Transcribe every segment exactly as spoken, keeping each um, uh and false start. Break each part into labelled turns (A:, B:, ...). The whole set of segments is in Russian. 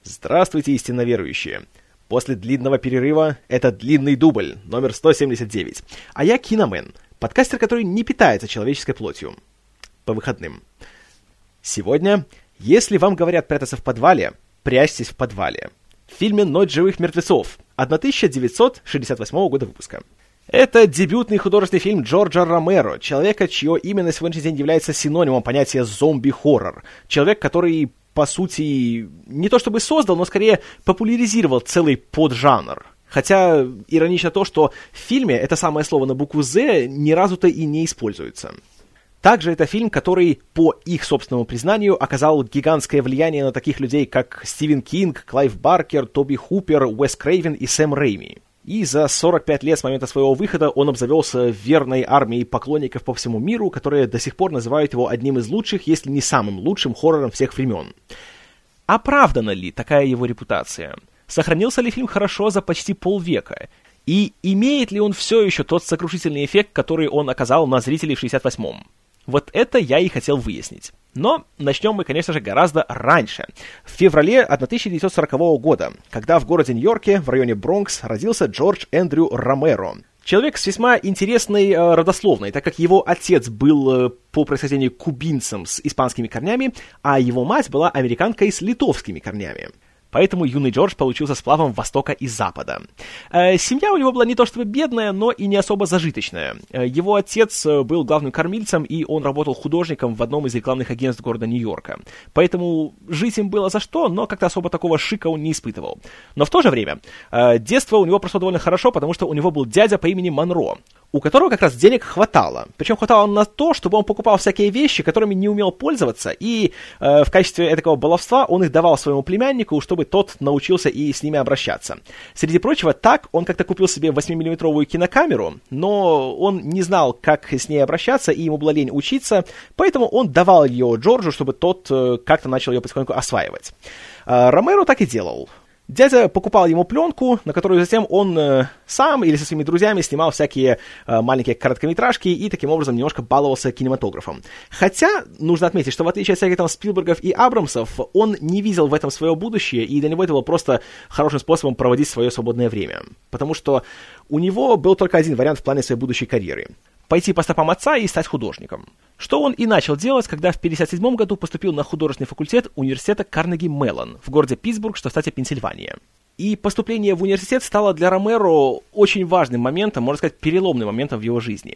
A: Здравствуйте, истинно верующие! После длинного перерыва это длинный дубль, номер сто семьдесят девять. А я Киномен, подкастер, который не питается человеческой плотью. По выходным. Сегодня, если вам говорят прятаться в подвале, прячьтесь в подвале. В фильме «Ночь живых мертвецов» тысяча девятьсот шестьдесят восьмого года выпуска. Это дебютный художественный фильм Джорджа Ромеро, человека, чье имя на сегодняшний день является синонимом понятия «зомби-хоррор». Человек, который, по сути, не то чтобы создал, но скорее популяризировал целый поджанр. Хотя иронично то, что в фильме это самое слово на букву «З» ни разу-то и не используется. Также это фильм, который, по их собственному признанию, оказал гигантское влияние на таких людей, как Стивен Кинг, Клайв Баркер, Тоби Хупер, Уэс Крейвен и Сэм Рэйми. И за сорок пять лет с момента своего выхода он обзавелся верной армией поклонников по всему миру, которые до сих пор называют его одним из лучших, если не самым лучшим хоррором всех времен. Оправдана ли такая его репутация? Сохранился ли фильм хорошо за почти полвека? И имеет ли он все еще тот сокрушительный эффект, который он оказал на зрителей в шестьдесят восьмом? Вот это я и хотел выяснить. Но начнем мы, конечно же, гораздо раньше. В феврале тысяча девятьсот сорокового года, когда в городе Нью-Йорке, в районе Бронкс, родился Джордж Эндрю Ромеро. Человек с весьма интересной э, родословной, так как его отец был э, по происхождению кубинцем с испанскими корнями, а его мать была американкой с литовскими корнями. Поэтому юный Джордж получился сплавом Востока и Запада. Э, семья у него была не то чтобы бедная, но и не особо зажиточная. Э, его отец был главным кормильцем, и он работал художником в одном из рекламных агентств города Нью-Йорка. Поэтому жить им было за что, но как-то особо такого шика он не испытывал. Но в то же время э, детство у него прошло довольно хорошо, потому что у него был дядя по имени Монро, у которого как раз денег хватало. Причем хватало на то, чтобы он покупал всякие вещи, которыми не умел пользоваться, и э, в качестве такого баловства он их давал своему племяннику, чтобы тот научился и с ними обращаться. Среди прочего, так он как-то купил себе восьмимиллиметровую кинокамеру, но он не знал, как с ней обращаться, и ему было лень учиться, поэтому он давал ее Джорджу, чтобы тот э, как-то начал ее потихоньку осваивать. Э, Ромеро так и делал. Дядя покупал ему пленку, на которую затем он э, сам или со своими друзьями снимал всякие э, маленькие короткометражки и таким образом немножко баловался кинематографом. Хотя, нужно отметить, что в отличие от всяких там Спилбергов и Абрамсов, он не видел в этом свое будущее, и для него это было просто хорошим способом проводить свое свободное время. Потому что у него был только один вариант в плане своей будущей карьеры — пойти по стопам отца и стать художником. Что он и начал делать, когда в пятьдесят седьмом году поступил на художественный факультет университета Карнеги-Меллон в городе Питтсбург, что в штате Пенсильвания. И поступление в университет стало для Ромеро очень важным моментом, можно сказать, переломным моментом в его жизни.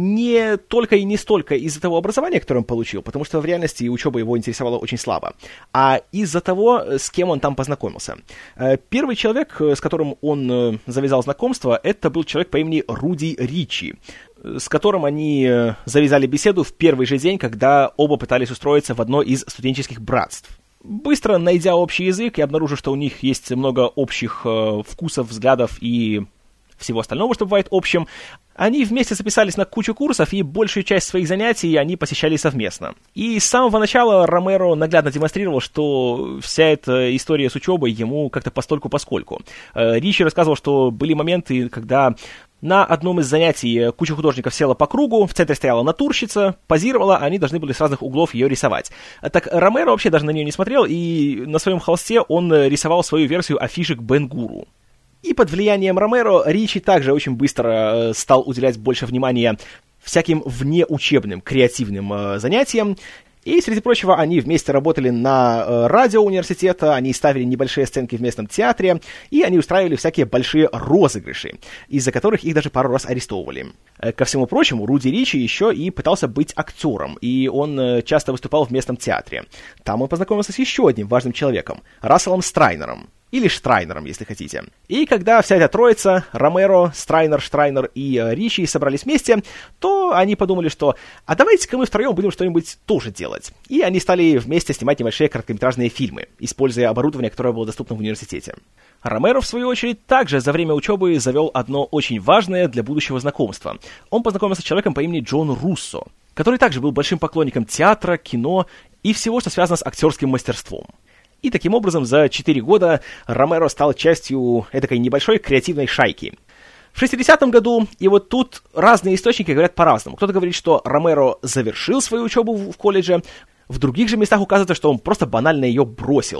A: Не только и не столько из-за того образования, которое он получил, потому что в реальности учеба его интересовала очень слабо, а из-за того, с кем он там познакомился. Первый человек, с которым он завязал знакомство, это был человек по имени Руди Ричи, с которым они завязали беседу в первый же день, когда оба пытались устроиться в одно из студенческих братств. Быстро найдя общий язык и обнаружив, что у них есть много общих э, вкусов, взглядов и всего остального, что бывает общим, они вместе записались на кучу курсов, и большую часть своих занятий они посещали совместно. И с самого начала Ромеро наглядно демонстрировал, что вся эта история с учебой ему как-то постольку-поскольку. Э, Ричи рассказывал, что были моменты, когда на одном из занятий куча художников села по кругу, в центре стояла натурщица, позировала, они должны были с разных углов ее рисовать. Так Ромеро вообще даже на нее не смотрел, и на своем холсте он рисовал свою версию афишек Бен-Гуру. И под влиянием Ромеро Ричи также очень быстро стал уделять больше внимания всяким внеучебным, креативным э, занятиям. И, среди прочего, они вместе работали на э, радио университета, они ставили небольшие сценки в местном театре, и они устраивали всякие большие розыгрыши, из-за которых их даже пару раз арестовывали. Э, ко всему прочему, Руди Ричи еще и пытался быть актером, и он э, часто выступал в местном театре. Там он познакомился с еще одним важным человеком — Расселом Страйнером. Или Штрайнером, если хотите. И когда вся эта троица, Ромеро, Страйнер, Штрайнер и э, Ричи, собрались вместе, то они подумали, что «а давайте-ка мы втроем будем что-нибудь тоже делать». И они стали вместе снимать небольшие короткометражные фильмы, используя оборудование, которое было доступно в университете. Ромеро, в свою очередь, также за время учебы завел одно очень важное для будущего знакомства. Он познакомился с человеком по имени Джон Руссо, который также был большим поклонником театра, кино и всего, что связано с актерским мастерством. И таким образом за четыре года Ромеро стал частью этой небольшой креативной шайки. В шестидесятом году, и вот тут разные источники говорят по-разному. Кто-то говорит, что Ромеро завершил свою учебу в колледже, в других же местах указывается, что он просто банально ее бросил.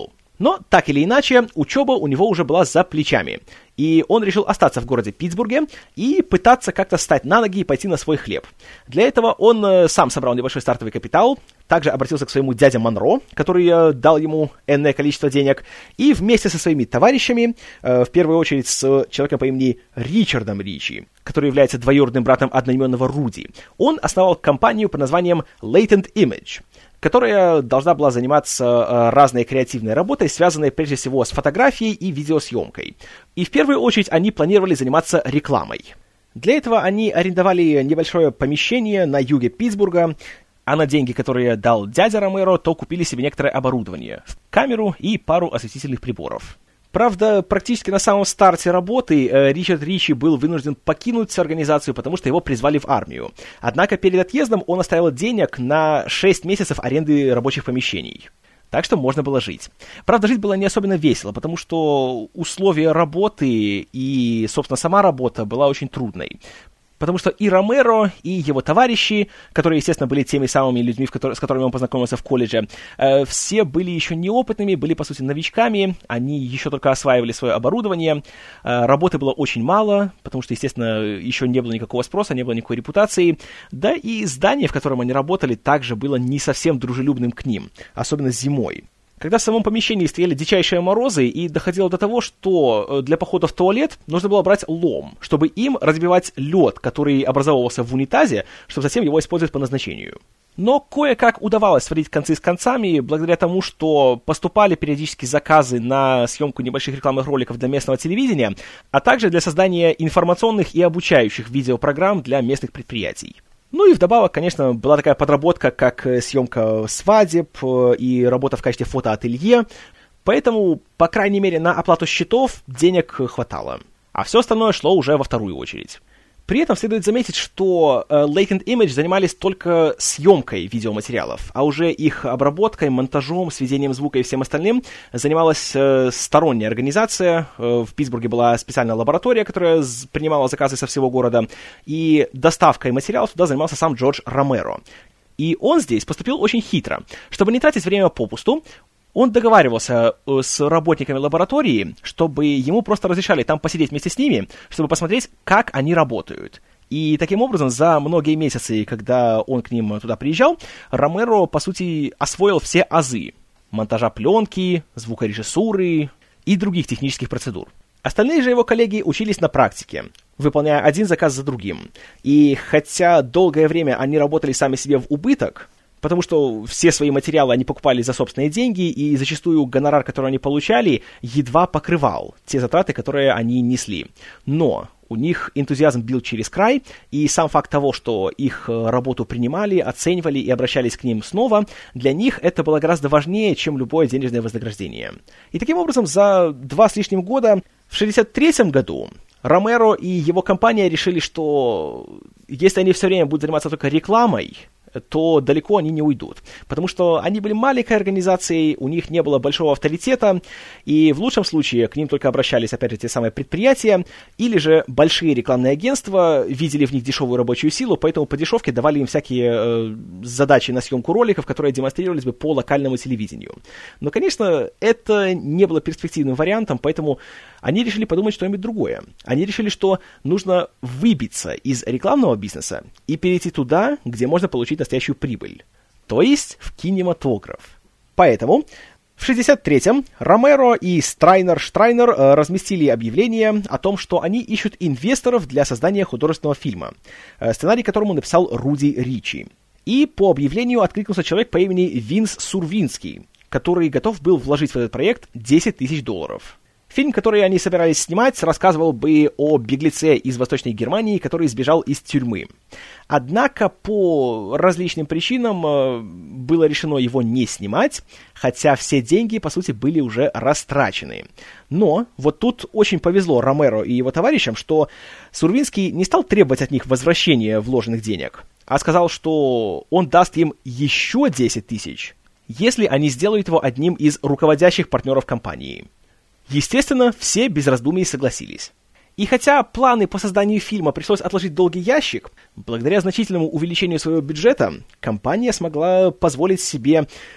A: Но, так или иначе, учеба у него уже была за плечами, и он решил остаться в городе Питтсбурге и пытаться как-то встать на ноги и пойти на свой хлеб. Для этого он э, сам собрал небольшой стартовый капитал, также обратился к своему дяде Монро, который э, дал ему энное количество денег, и вместе со своими товарищами, э, в первую очередь с человеком по имени Ричардом Ричи, который является двоюродным братом одноименного Руди, он основал компанию под названием Latent Image, которая должна была заниматься э, разной креативной работой, связанной прежде всего с фотографией и видеосъемкой. И в первую очередь они планировали заниматься рекламой. Для этого они арендовали небольшое помещение на юге Питтсбурга, а на деньги, которые дал дядя Ромеро, то купили себе некоторое оборудование, камеру и пару осветительных приборов. Правда, практически на самом старте работы э, Ричард Ричи был вынужден покинуть организацию, потому что его призвали в армию. Однако перед отъездом он оставил денег на шесть месяцев аренды рабочих помещений. Так что можно было жить. Правда, жить было не особенно весело, потому что условия работы и, собственно, сама работа была очень трудной. Потому что и Ромеро, и его товарищи, которые, естественно, были теми самыми людьми, с которыми он познакомился в колледже, э, все были еще неопытными, были, по сути, новичками, они еще только осваивали свое оборудование, э, работы было очень мало, потому что, естественно, еще не было никакого спроса, не было никакой репутации, да и здание, в котором они работали, также было не совсем дружелюбным к ним, особенно зимой. Когда в самом помещении стояли дичайшие морозы, и доходило до того, что для похода в туалет нужно было брать лом, чтобы им разбивать лед, который образовывался в унитазе, чтобы затем его использовать по назначению. Но кое-как удавалось сводить концы с концами, благодаря тому, что поступали периодически заказы на съемку небольших рекламных роликов для местного телевидения, а также для создания информационных и обучающих видеопрограмм для местных предприятий. Ну и вдобавок, конечно, была такая подработка, как съемка свадеб и работа в качестве фотоателье, поэтому, по крайней мере, на оплату счетов денег хватало, а все остальное шло уже во вторую очередь. При этом следует заметить, что uh, Latent Image занимались только съемкой видеоматериалов, а уже их обработкой, монтажом, сведением звука и всем остальным занималась uh, сторонняя организация. Uh, в Питтсбурге была специальная лаборатория, которая принимала заказы со всего города, и доставкой материалов туда занимался сам Джордж Ромеро. И он здесь поступил очень хитро. Чтобы не тратить время попусту, он договаривался с работниками лаборатории, чтобы ему просто разрешали там посидеть вместе с ними, чтобы посмотреть, как они работают. И таким образом, за многие месяцы, когда он к ним туда приезжал, Ромеро, по сути, освоил все азы монтажа пленки, звукорежиссуры и других технических процедур. Остальные же его коллеги учились на практике, выполняя один заказ за другим. И хотя долгое время они работали сами себе в убыток, потому что все свои материалы они покупали за собственные деньги, и зачастую гонорар, который они получали, едва покрывал те затраты, которые они несли. Но у них энтузиазм бил через край, и сам факт того, что их работу принимали, оценивали и обращались к ним снова, для них это было гораздо важнее, чем любое денежное вознаграждение. И таким образом, за два с лишним года, в шестьдесят третьем году, Ромеро и его компания решили, что если они все время будут заниматься только рекламой, то далеко они не уйдут. Потому что они были маленькой организацией, у них не было большого авторитета, и в лучшем случае к ним только обращались, опять же, те самые предприятия, или же большие рекламные агентства видели в них дешевую рабочую силу, поэтому по дешевке давали им всякие э, задачи на съемку роликов, которые демонстрировались бы по локальному телевидению. Но, конечно, это не было перспективным вариантом, поэтому они решили подумать что-нибудь другое. Они решили, что нужно выбиться из рекламного бизнеса и перейти туда, где можно получить настоящую прибыль, то есть в кинематограф. Поэтому в шестьдесят третьем Ромеро и Страйнер Штрайнер э, разместили объявление о том, что они ищут инвесторов для создания художественного фильма, э, сценарий которому написал Руди Ричи. И по объявлению откликнулся человек по имени Винс Сурвинский, который готов был вложить в этот проект десять тысяч долларов. Фильм, который они собирались снимать, рассказывал бы о беглеце из Восточной Германии, который сбежал из тюрьмы. Однако по различным причинам э, было решено его не снимать, хотя все деньги, по сути, были уже растрачены. Но вот тут очень повезло Ромеро и его товарищам, что Сурвинский не стал требовать от них возвращения вложенных денег, а сказал, что он даст им еще десять тысяч, если они сделают его одним из руководящих партнеров компании. Естественно, все без раздумий согласились. И хотя планы по созданию фильма пришлось отложить в долгий ящик, благодаря значительному увеличению своего бюджета, компания смогла позволить себе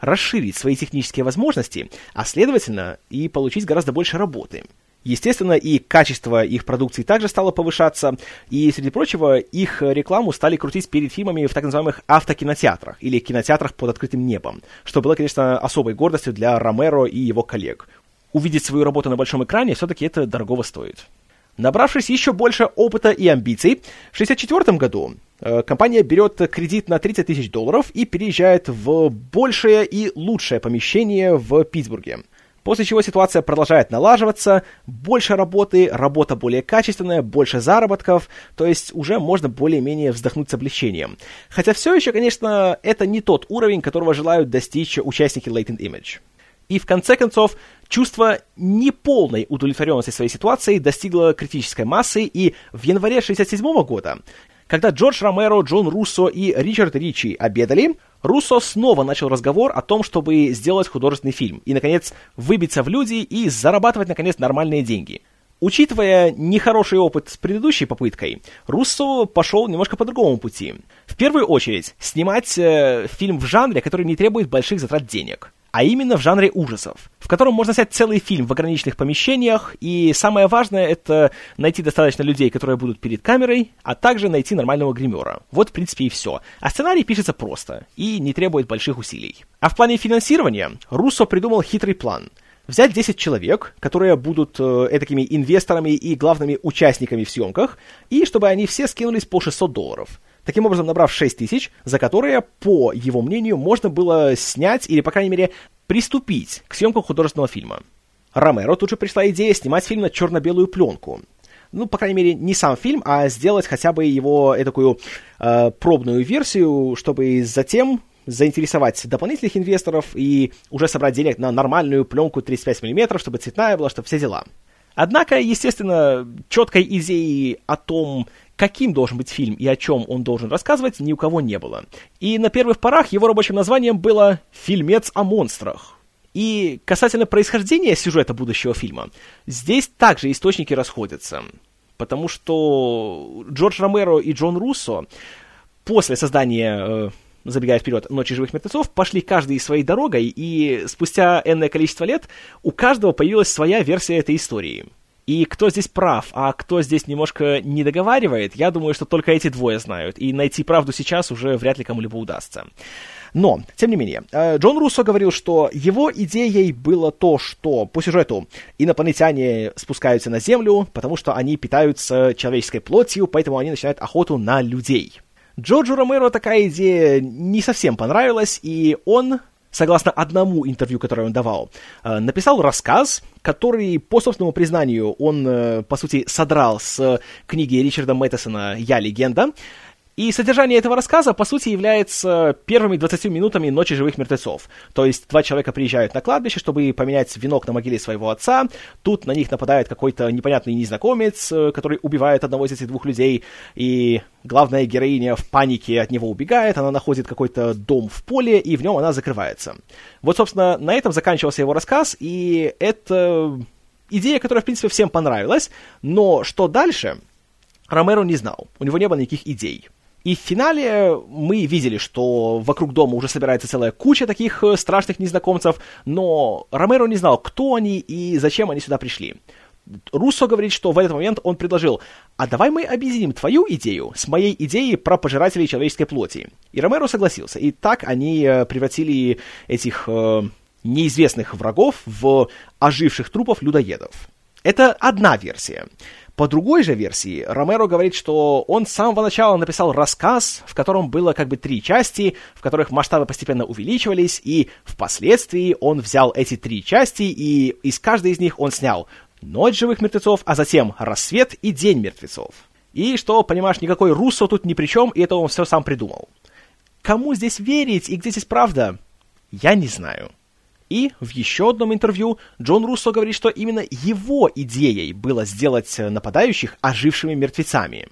A: расширить свои технические возможности, а следовательно и получить гораздо больше работы. Естественно, и качество их продукции также стало повышаться, и, среди прочего, их рекламу стали крутить перед фильмами в так называемых автокинотеатрах, или кинотеатрах под открытым небом, что было, конечно, особой гордостью для Ромеро и его коллег. Увидеть свою работу на большом экране все-таки это дорогого стоит. Набравшись еще больше опыта и амбиций, в шестьдесят четвёртом году э, компания берет кредит на тридцать тысяч долларов и переезжает в большее и лучшее помещение в Питтсбурге. После чего ситуация продолжает налаживаться, больше работы, работа более качественная, больше заработков, то есть уже можно более-менее вздохнуть с облегчением. Хотя все еще, конечно, это не тот уровень, которого желают достичь участники Latent Image. И в конце концов, чувство неполной удовлетворенности своей ситуацией достигло критической массы, и в январе шестьдесят седьмого года, когда Джордж Ромеро, Джон Руссо и Ричард Ричи обедали, Руссо снова начал разговор о том, чтобы сделать художественный фильм и, наконец, выбиться в люди и зарабатывать, наконец, нормальные деньги. Учитывая нехороший опыт с предыдущей попыткой, Руссо пошел немножко по другому пути. В первую очередь, снимать э, фильм в жанре, который не требует больших затрат денег. А именно в жанре ужасов, в котором можно снять целый фильм в ограниченных помещениях, и самое важное — это найти достаточно людей, которые будут перед камерой, а также найти нормального гримера. Вот, в принципе, и все. А сценарий пишется просто и не требует больших усилий. А в плане финансирования Руссо придумал хитрый план. Взять десять человек, которые будут э, этакими инвесторами и главными участниками в съемках, и чтобы они все скинулись по шестьсот долларов. Таким образом, набрав шесть тысяч, за которые, по его мнению, можно было снять или, по крайней мере, приступить к съемкам художественного фильма. Ромеро тут же пришла идея снимать фильм на черно-белую пленку. Ну, по крайней мере, не сам фильм, а сделать хотя бы его такую э, пробную версию, чтобы затем заинтересовать дополнительных инвесторов и уже собрать денег на нормальную пленку тридцать пять миллиметров, чтобы цветная была, чтобы все дела. Однако, естественно, четкой идеи о том, каким должен быть фильм и о чем он должен рассказывать, ни у кого не было. И на первых порах его рабочим названием было «Фильмец о монстрах». И касательно происхождения сюжета будущего фильма, здесь также источники расходятся. Потому что Джордж Ромеро и Джон Руссо после создания, забегая вперед, «Ночи живых мертвецов», пошли каждый своей дорогой, и спустя энное количество лет у каждого появилась своя версия этой истории. И кто здесь прав, а кто здесь немножко не договаривает, я думаю, что только эти двое знают, и найти правду сейчас уже вряд ли кому-либо удастся. Но, тем не менее, Джон Руссо говорил, что его идеей было то, что по сюжету инопланетяне спускаются на Землю, потому что они питаются человеческой плотью, поэтому они начинают охоту на людей. Джорджу Ромеро такая идея не совсем понравилась, и он, согласно одному интервью, которое он давал, написал рассказ, который, по собственному признанию, он, по сути, содрал с книги Ричарда Мэттесона «Я легенда». И содержание этого рассказа, по сути, является первыми двадцатью минутами «Ночи живых мертвецов». То есть два человека приезжают на кладбище, чтобы поменять венок на могиле своего отца. Тут на них нападает какой-то непонятный незнакомец, который убивает одного из этих двух людей. И главная героиня в панике от него убегает. Она находит какой-то дом в поле, и в нем она закрывается. Вот, собственно, на этом заканчивался его рассказ. И это идея, которая, в принципе, всем понравилась. Но что дальше, Ромеро не знал. У него не было никаких идей. И в финале мы видели, что вокруг дома уже собирается целая куча таких страшных незнакомцев, но Ромеро не знал, кто они и зачем они сюда пришли. Руссо говорит, что в этот момент он предложил: а давай мы объединим твою идею с моей идеей про пожирателей человеческой плоти. И Ромеро согласился. И так они превратили этих э, неизвестных врагов в оживших трупов людоедов. Это одна версия. По другой же версии, Ромеро говорит, что он с самого начала написал рассказ, в котором было как бы три части, в которых масштабы постепенно увеличивались, и впоследствии он взял эти три части, и из каждой из них он снял «Ночь живых мертвецов», а затем «Рассвет» и «День мертвецов». И что, понимаешь, никакой Руссо тут ни при чем, и это он все сам придумал. Кому здесь верить и где здесь правда, я не знаю. И в еще одном интервью Джон Руссо говорит, что именно его идеей было сделать нападающих ожившими мертвецами.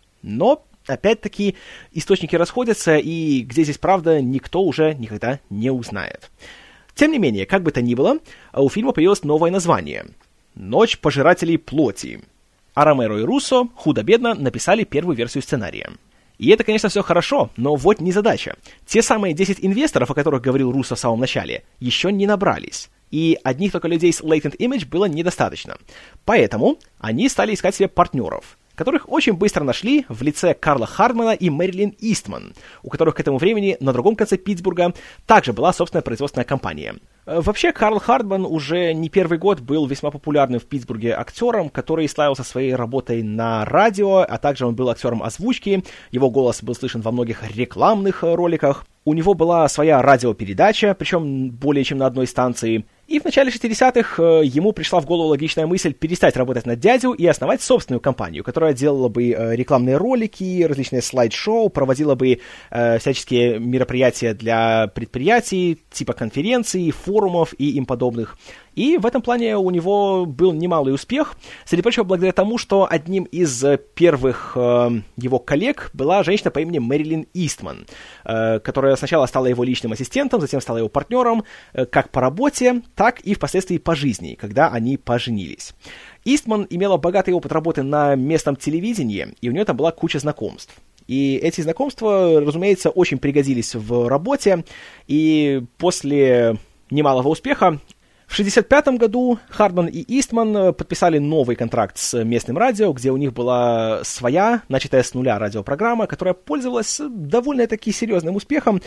A: Но, опять-таки, источники расходятся, и где здесь правда, никто уже никогда не узнает. Тем не менее, как бы то ни было, у фильма появилось новое название — «Ночь пожирателей плоти». А Ромеро и Руссо худо-бедно написали первую версию сценария. И это, конечно, все хорошо, но вот незадача. Те самые десять инвесторов, о которых говорил Руссо в самом начале, еще не набрались. И одних только людей с Latent Image было недостаточно. Поэтому они стали искать себе партнеров, которых очень быстро нашли в лице Карла Хардмана и Мэрилин Истман, у которых к этому времени на другом конце Питтсбурга также была собственная производственная компания. Вообще, Карл Хардман уже не первый год был весьма популярным в Питтсбурге актером, который славился своей работой на радио, а также он был актером озвучки, его голос был слышен во многих рекламных роликах. У него была своя радиопередача, причем более чем на одной станции. И в начале шестидесятых э, ему пришла в голову логичная мысль перестать работать на дядю и основать собственную компанию, которая делала бы э, рекламные ролики, различные слайд-шоу, проводила бы э, всяческие мероприятия для предприятий, типа конференций, форумов и им подобных. И в этом плане у него был немалый успех, среди прочего благодаря тому, что одним из первых э, его коллег была женщина по имени Мэрилин Истман, э, которая сначала стала его личным ассистентом, затем стала его партнером, э, как по работе, так и впоследствии по жизни, когда они поженились. Истман имела богатый опыт работы на местном телевидении, и у нее там была куча знакомств. И эти знакомства, разумеется, очень пригодились в работе, и после немалого успеха в шестьдесят пятом году Хардман и Истман подписали новый контракт с местным радио, где у них была своя, начатая с нуля радиопрограмма, которая пользовалась довольно-таки серьезным успехом,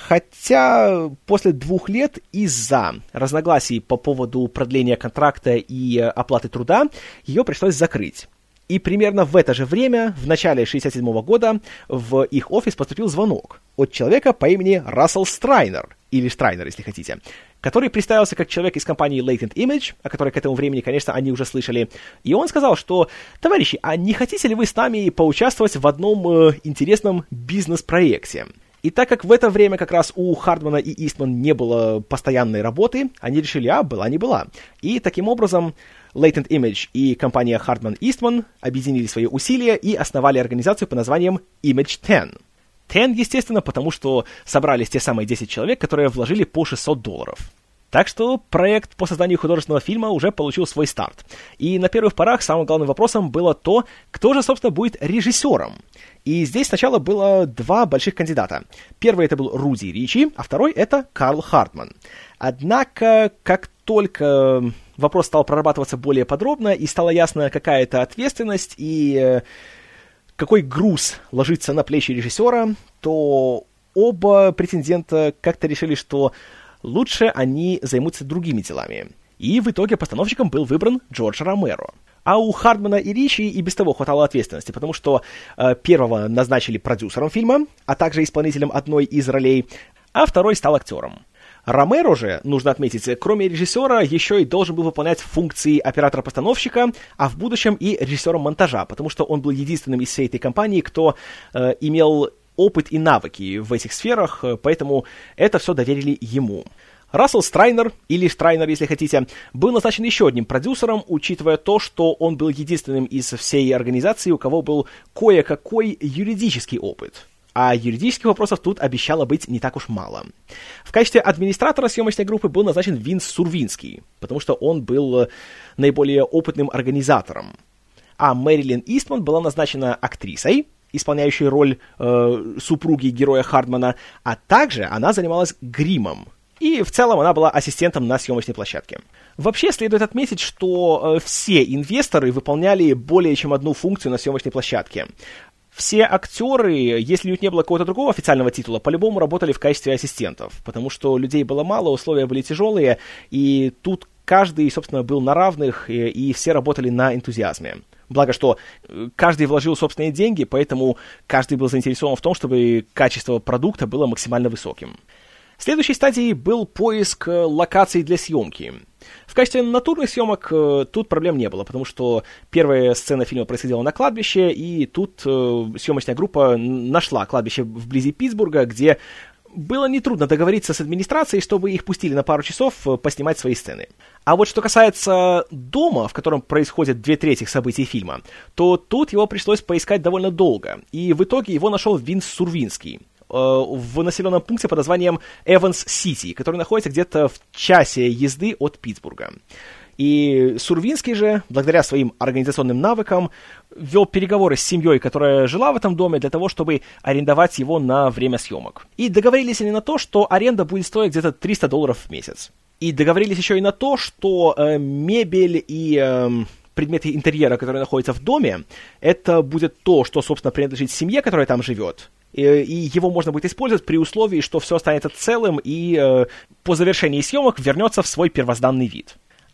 A: хотя после двух лет из-за разногласий по поводу продления контракта и оплаты труда ее пришлось закрыть. И примерно в это же время, в начале шестьдесят седьмого года, в их офис поступил звонок от человека по имени Рассел Страйнер, или Штрайнер, если хотите, который представился как человек из компании Latent Image, о которой к этому времени, конечно, они уже слышали, и он сказал, что, товарищи, а не хотите ли вы с нами поучаствовать в одном э, интересном бизнес-проекте? И так как в это время как раз у Хардмана и Истман не было постоянной работы, они решили, а, была не была. И таким образом Latent Image и компания Хардман-Истман объединили свои усилия и основали организацию под названием Image десять. десять, естественно, потому что собрались те самые десять человек, которые вложили по шестьсот долларов. Так что проект по созданию художественного фильма уже получил свой старт. И на первых порах самым главным вопросом было то, кто же, собственно, будет режиссером. И здесь сначала было два больших кандидата. Первый это был Руди Ричи, а второй это Карл Хардман. Однако, как только вопрос стал прорабатываться более подробно, и стало ясно, какая это ответственность и какой груз ложится на плечи режиссера, то оба претендента как-то решили, что лучше они займутся другими делами. И в итоге постановщиком был выбран Джордж Ромеро. А у Хардмана и Ричи и без того хватало ответственности, потому что э, первого назначили продюсером фильма, а также исполнителем одной из ролей, а второй стал актером. Ромеро же, нужно отметить, кроме режиссера, еще и должен был выполнять функции оператора-постановщика, а в будущем и режиссера монтажа, потому что он был единственным из всей этой компании, кто э, имел опыт и навыки в этих сферах, поэтому это все доверили ему. Рассел Страйнер, или Штрайнер, если хотите, был назначен еще одним продюсером, учитывая то, что он был единственным из всей организации, у кого был кое-какой юридический опыт. А юридических вопросов тут обещало быть не так уж мало. В качестве администратора съемочной группы был назначен Винс Сурвинский, потому что он был наиболее опытным организатором. А Мэрилин Истман была назначена актрисой, исполняющей роль э, супруги героя Хардмана, а также она занималась гримом. И в целом она была ассистентом на съемочной площадке. Вообще следует отметить, что э, все инвесторы выполняли более чем одну функцию на съемочной площадке. Все актеры, если у них не было какого-то другого официального титула, по-любому работали в качестве ассистентов, потому что людей было мало, условия были тяжелые, и тут каждый, собственно, был на равных, и, и все работали на энтузиазме. Благо, что каждый вложил собственные деньги, поэтому каждый был заинтересован в том, чтобы качество продукта было максимально высоким. Следующей стадией был поиск локаций для съемки. В качестве натурных съемок тут проблем не было, потому что первая сцена фильма происходила на кладбище, и тут съемочная группа нашла кладбище вблизи Питтсбурга, где было нетрудно договориться с администрацией, чтобы их пустили на пару часов поснимать свои сцены. А вот что касается дома, в котором происходят две трети событий фильма, то тут его пришлось поискать довольно долго, и в итоге его нашел Винс Сурвинский в населенном пункте под названием Эванс-Сити, который находится где-то в часе езды от Питтсбурга. И Сурвинский же, благодаря своим организационным навыкам, вел переговоры с семьей, которая жила в этом доме, для того, чтобы арендовать его на время съемок. И договорились они на то, что аренда будет стоить где-то триста долларов в месяц. И договорились еще и на то, что э, мебель и э, предметы интерьера, которые находятся в доме, это будет то, что, собственно, принадлежит семье, которая там живет. И, и его можно будет использовать при условии, что все останется целым и э, по завершении съемок вернется в свой первозданный вид.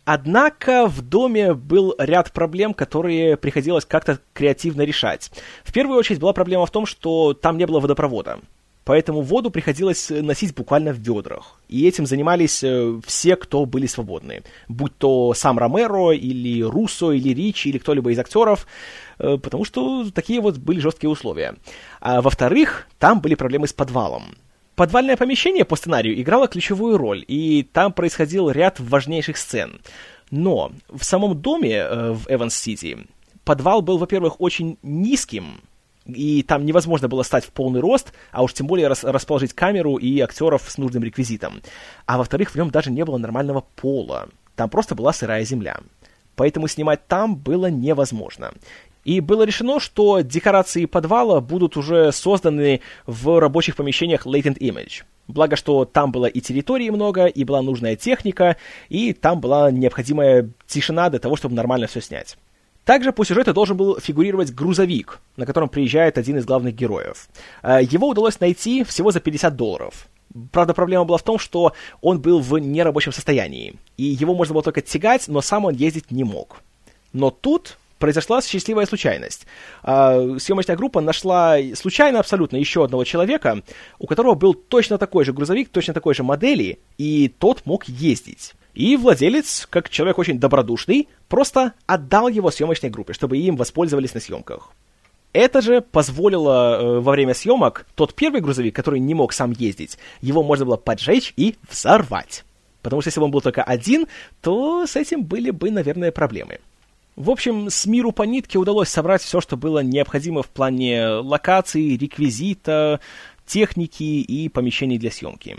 A: Однако в доме был ряд проблем, которые приходилось как-то креативно решать. В первую очередь была проблема в том, что там не было водопровода. Поэтому воду приходилось носить буквально в ведрах. И этим занимались все, кто были свободны. Будь то сам Ромеро, или Руссо, или Ричи, или кто-либо из актеров. Потому что такие вот были жесткие условия. А во-вторых, там были проблемы с подвалом. Подвальное помещение по сценарию играло ключевую роль, и там происходил ряд важнейших сцен. Но в самом доме э, в Эванс-Сити подвал был, во-первых, очень низким, и там невозможно было стать в полный рост, а уж тем более рас- расположить камеру и актеров с нужным реквизитом. А во-вторых, в нем даже не было нормального пола. Там просто была сырая земля. Поэтому снимать там было невозможно. И было решено, что декорации подвала будут уже созданы в рабочих помещениях Latent Image. Благо, что там было и территории много, и была нужная техника, и там была необходимая тишина для того, чтобы нормально все снять. Также по сюжету должен был фигурировать грузовик, на котором приезжает один из главных героев. Его удалось найти всего за пятьдесят долларов. Правда, проблема была в том, что он был в нерабочем состоянии, и его можно было только тягать, но сам он ездить не мог. Но тут произошла счастливая случайность. Съемочная группа нашла случайно абсолютно еще одного человека, у которого был точно такой же грузовик, точно такой же модели, и тот мог ездить. И владелец, как человек очень добродушный, просто отдал его съемочной группе, чтобы им воспользовались на съемках. Это же позволило э, во время съемок тот первый грузовик, который не мог сам ездить, его можно было поджечь и взорвать. Потому что если бы он был только один, то с этим были бы, наверное, проблемы. В общем, с миру по нитке удалось собрать все, что было необходимо в плане локаций, реквизита, техники и помещений для съемки.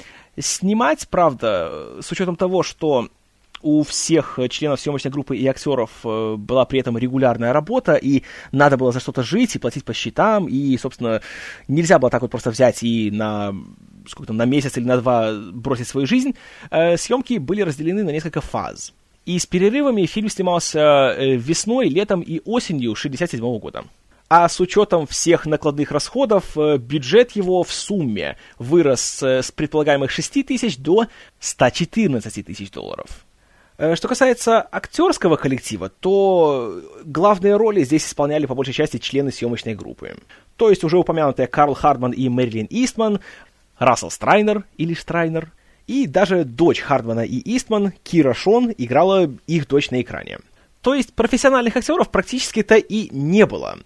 A: Снимать, правда, с учетом того, что у всех членов съемочной группы и актеров была при этом регулярная работа, и надо было за что-то жить и платить по счетам, и, собственно, нельзя было так вот просто взять и на, сколько там, на месяц или на два бросить свою жизнь, съемки были разделены на несколько фаз. И с перерывами фильм снимался весной, летом и осенью шестьдесят седьмого года. А с учетом всех накладных расходов, бюджет его в сумме вырос с предполагаемых шести тысяч до ста четырнадцати тысяч долларов. Что касается актерского коллектива, то главные роли здесь исполняли по большей части члены съемочной группы. То есть уже упомянутые Карл Хардман и Мэрилин Истман, Рассел Страйнер или Штрайнер, и даже дочь Хардмана и Истман, Кира Шон, играла их дочь на экране. То есть профессиональных актеров практически-то и не было.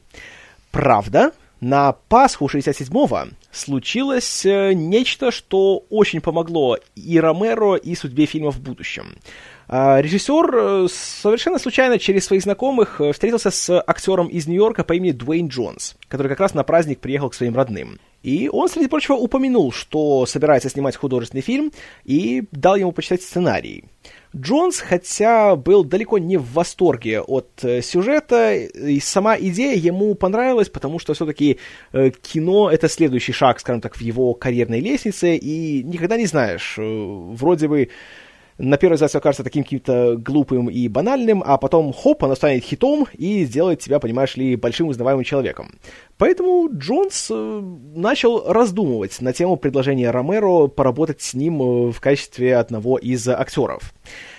A: Правда, на Пасху шестьдесят седьмого случилось э, нечто, что очень помогло и Ромеро, и судьбе фильма в будущем. Э, режиссер э, совершенно случайно через своих знакомых э, встретился с актером из Нью-Йорка по имени Дуэйн Джонс, который как раз на праздник приехал к своим родным. И он, среди прочего, упомянул, что собирается снимать художественный фильм, и дал ему почитать сценарий. Джонс, хотя был далеко не в восторге от э, сюжета, и сама идея ему понравилась, потому что все-таки э, кино — это следующий шаг, скажем так, в его карьерной лестнице, и никогда не знаешь, э, вроде бы на первый взгляд все кажется таким каким-то глупым и банальным, а потом, хоп, оно станет хитом и сделает тебя, понимаешь ли, большим узнаваемым человеком. Поэтому Джонс э, начал раздумывать на тему предложения Ромеро поработать с ним э, в качестве одного из актеров.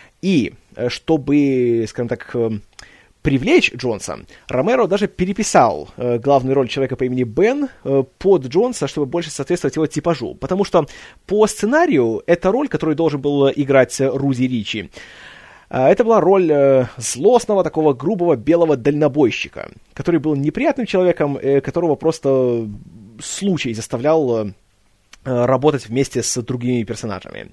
A: И э, чтобы, скажем так, э, привлечь Джонса, Ромеро даже переписал э, главную роль человека по имени Бен э, под Джонса, чтобы больше соответствовать его типажу. Потому что по сценарию эта роль, которую должен был играть Руди Ричи, э, это была роль э, злостного, такого грубого белого дальнобойщика, который был неприятным человеком, э, которого просто случай заставлял э, работать вместе с другими персонажами.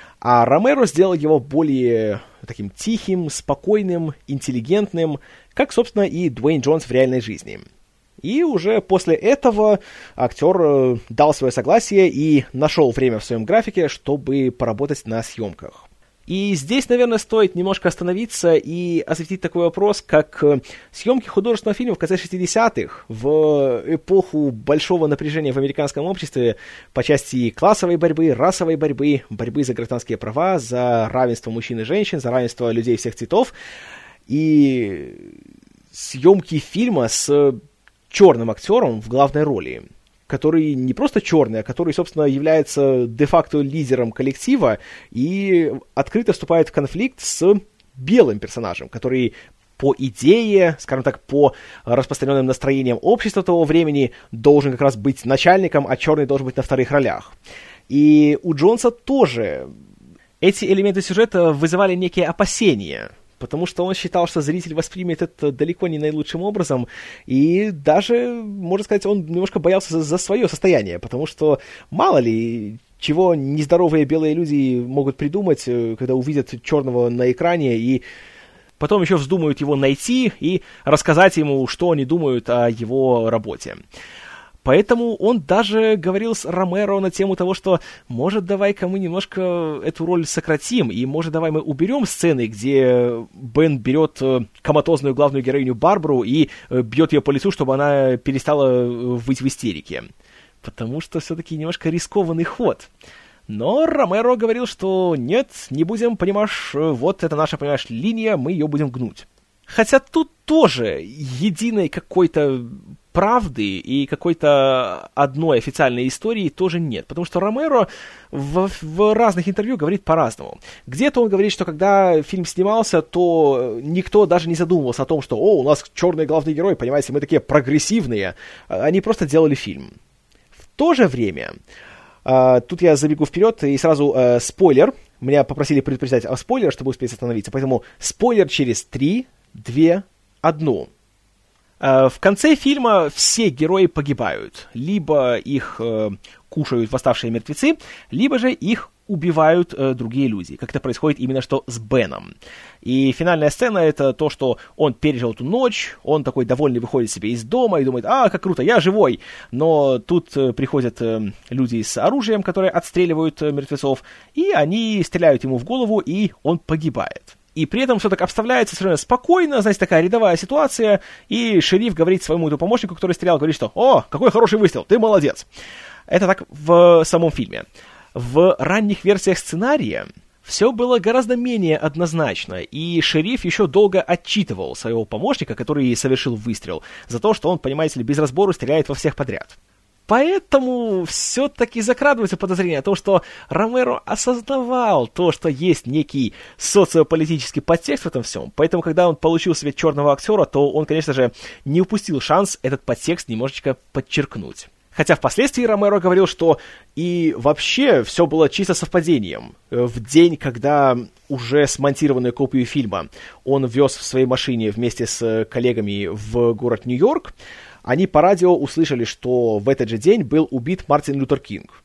A: А Ромеро сделал его более таким тихим, спокойным, интеллигентным, как, собственно, и Дуэйн Джонс в реальной жизни. И уже после этого актер дал свое согласие и нашел время в своем графике, чтобы поработать на съемках. И здесь, наверное, стоит немножко остановиться и осветить такой вопрос, как съемки художественного фильма в конце шестидесятых, в эпоху большого напряжения в американском обществе по части классовой борьбы, расовой борьбы, борьбы за гражданские права, за равенство мужчин и женщин, за равенство людей всех цветов. И съемки фильма с черным актером в главной роли, который не просто черный, а который, собственно, является де-факто лидером коллектива и открыто вступает в конфликт с белым персонажем, который по идее, скажем так, по распространенным настроениям общества того времени должен как раз быть начальником, а черный должен быть на вторых ролях. И у Джонса тоже эти элементы сюжета вызывали некие опасения, потому что он считал, что зритель воспримет это далеко не наилучшим образом, и даже, можно сказать, он немножко боялся за, за свое состояние, потому что мало ли, чего нездоровые белые люди могут придумать, когда увидят черного на экране, и потом еще вздумают его найти и рассказать ему, что они думают о его работе. Поэтому он даже говорил с Ромеро на тему того, что, может, давай-ка мы немножко эту роль сократим, и, может, давай мы уберем сцены, где Бен берет э, коматозную главную героиню Барбару и э, бьет ее по лицу, чтобы она перестала выть в истерике. Потому что все-таки немножко рискованный ход. Но Ромеро говорил, что нет, не будем, понимаешь, вот это наша, понимаешь, линия, мы ее будем гнуть. Хотя тут тоже единой какой-то правды и какой-то одной официальной истории тоже нет, потому что Ромеро в, в разных интервью говорит по-разному. Где-то он говорит, что когда фильм снимался, то никто даже не задумывался о том, что «О, у нас черный главный герой, понимаете, мы такие прогрессивные». Они просто делали фильм. В то же время, э, тут я забегу вперед и сразу э, спойлер. Меня попросили предупреждать о спойлере, чтобы успеть остановиться, поэтому спойлер через три, два, один. В конце фильма все герои погибают. Либо их э, кушают восставшие мертвецы, либо же их убивают э, другие люди. Как это происходит именно что с Беном. И финальная сцена — это то, что он пережил эту ночь, он такой довольный выходит себе из дома и думает: «А, как круто, я живой!» Но тут э, приходят э, люди с оружием, которые отстреливают э, мертвецов, и они стреляют ему в голову, и он погибает. И при этом все так обставляется совершенно спокойно, знаете, такая рядовая ситуация, и шериф говорит своему этому помощнику, который стрелял, говорит, что «О, какой хороший выстрел, ты молодец!» Это так в самом фильме. В ранних версиях сценария все было гораздо менее однозначно, и шериф еще долго отчитывал своего помощника, который совершил выстрел, за то, что он, понимаете ли, без разбору стреляет во всех подряд. Поэтому все-таки закрадывается подозрение о том, что Ромеро осознавал то, что есть некий социополитический подтекст в этом всем. Поэтому, когда он получил себе черного актера, то он, конечно же, не упустил шанс этот подтекст немножечко подчеркнуть. Хотя впоследствии Ромеро говорил, что и вообще все было чисто совпадением. В день, когда уже смонтированную копию фильма он вез в своей машине вместе с коллегами в город Нью-Йорк, они по радио услышали, что в этот же день был убит Мартин Лютер Кинг.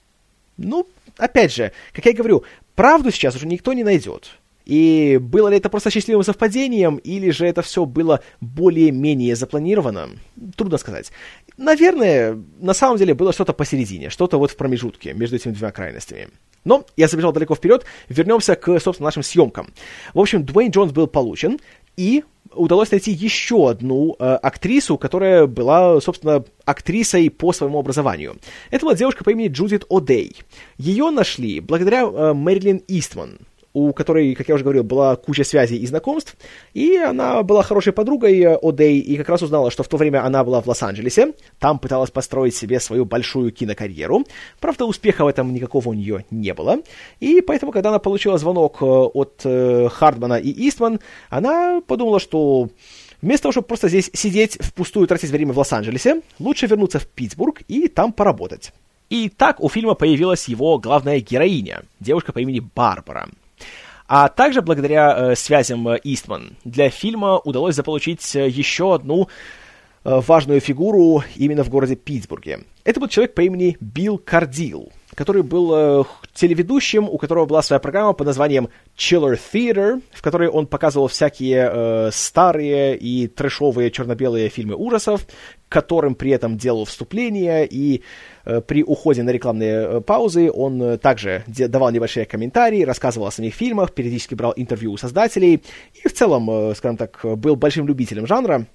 A: Ну, опять же, как я говорю, правду сейчас уже никто не найдет. И было ли это просто счастливым совпадением, или же это все было более-менее запланировано, трудно сказать. Наверное, на самом деле было что-то посередине, что-то вот в промежутке между этими двумя крайностями. Но я забежал далеко вперед, вернемся к, собственно, нашим съемкам. В общем, Дуэйн Джонс был получен, и удалось найти еще одну э, актрису, которая была, собственно, актрисой по своему образованию. Это была девушка по имени Джудит О'Дей. Ее нашли благодаря э, Мэрилин Истман, у которой, как я уже говорил, была куча связей и знакомств, и она была хорошей подругой О'Дей, и как раз узнала, что в то время она была в Лос-Анджелесе, там пыталась построить себе свою большую кинокарьеру, правда, успеха в этом никакого у нее не было, и поэтому, когда она получила звонок от э, Хардмана и Истман, она подумала, что вместо того, чтобы просто здесь сидеть впустую, тратить время в Лос-Анджелесе, лучше вернуться в Питтсбург и там поработать. И так у фильма появилась его главная героиня, девушка по имени Барбара. А также благодаря э, связям э, Истман для фильма удалось заполучить э, еще одну э, важную фигуру именно в городе Питтсбурге. Это был человек по имени Билл Кардилл, который был э, телеведущим, у которого была своя программа под названием Chiller Theater, в которой он показывал всякие э, старые и трэшовые черно-белые фильмы ужасов, которым при этом делал вступление, и э, при уходе на рекламные э, паузы он э, также де- давал небольшие комментарии, рассказывал о самих фильмах, периодически брал интервью у создателей, и в целом, э, скажем так, был большим любителем жанра.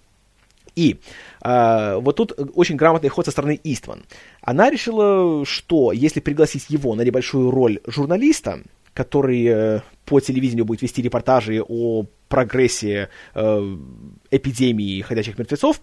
A: И э, вот тут очень грамотный ход со стороны Истван. Она решила, что если пригласить его на небольшую роль журналиста, который э, по телевидению будет вести репортажи о прогрессе э, эпидемии ходячих мертвецов,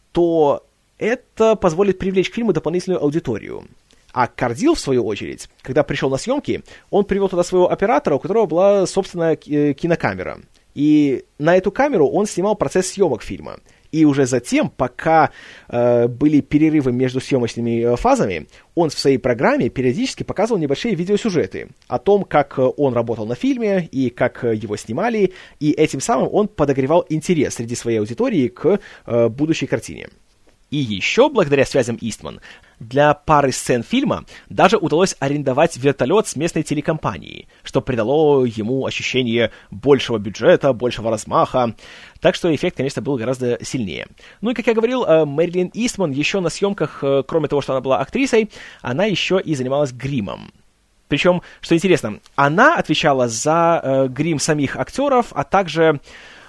A: то это позволит привлечь к фильму дополнительную аудиторию. А Кардил, в свою очередь, когда пришел на съемки, он привел туда своего оператора, у которого была собственная кинокамера. И на эту камеру он снимал процесс съемок фильма. И уже затем, пока э, были перерывы между съемочными э, фазами, он в своей программе периодически показывал небольшие видеосюжеты о том, как он работал на фильме и как его снимали, и этим самым он подогревал интерес среди своей аудитории к э, будущей картине. И еще, благодаря связям Истван, для пары сцен фильма даже удалось арендовать вертолет с местной телекомпанией, что придало ему ощущение большего бюджета, большего размаха. Так что эффект, конечно, был гораздо сильнее. Ну и, как я говорил, Мэрилин Истван еще на съемках, кроме того, что она была актрисой, она еще и занималась гримом. Причем, что интересно, она отвечала за э, грим самих актеров, а также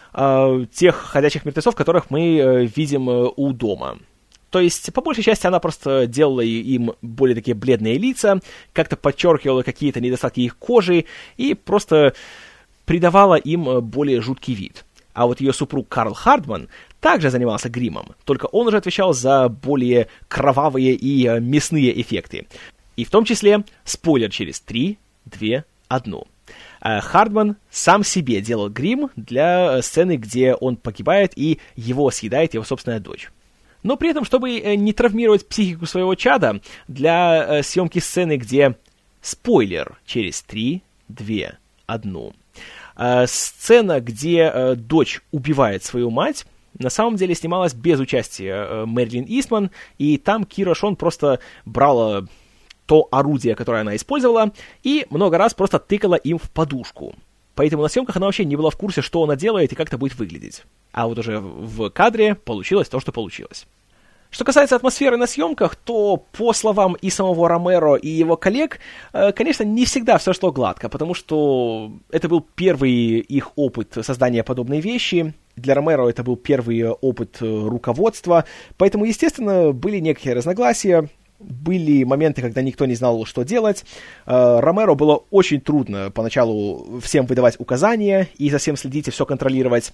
A: э, тех ходячих мертвецов, которых мы э, видим э, у дома. То есть, по большей части, она просто делала им более такие бледные лица, как-то подчеркивала какие-то недостатки их кожи и просто придавала им более жуткий вид. А вот ее супруг Карл Хардман также занимался гримом, только он уже отвечал за более кровавые и мясные эффекты. И в том числе, спойлер через три, два, один. Хардман сам себе делал грим для сцены, где он погибает и его съедает его собственная дочь. Но при этом, чтобы не травмировать психику своего чада, для э, съемки сцены, где спойлер через три, два, один, э, сцена, где э, дочь убивает свою мать, на самом деле снималась без участия э, Мэрилин Истван, и там Кира Шон просто брала то орудие, которое она использовала, и много раз просто тыкала им в подушку. Поэтому на съемках она вообще не была в курсе, что она делает и как это будет выглядеть. А вот уже в кадре получилось то, что получилось. Что касается атмосферы на съемках, то, по словам и самого Ромеро, и его коллег, конечно, не всегда все шло гладко, потому что это был первый их опыт создания подобной вещи. Для Ромеро это был первый опыт руководства, поэтому, естественно, были некие разногласия. Были моменты, когда никто не знал, что делать. Ромеро было очень трудно поначалу всем выдавать указания и за всем следить и все контролировать.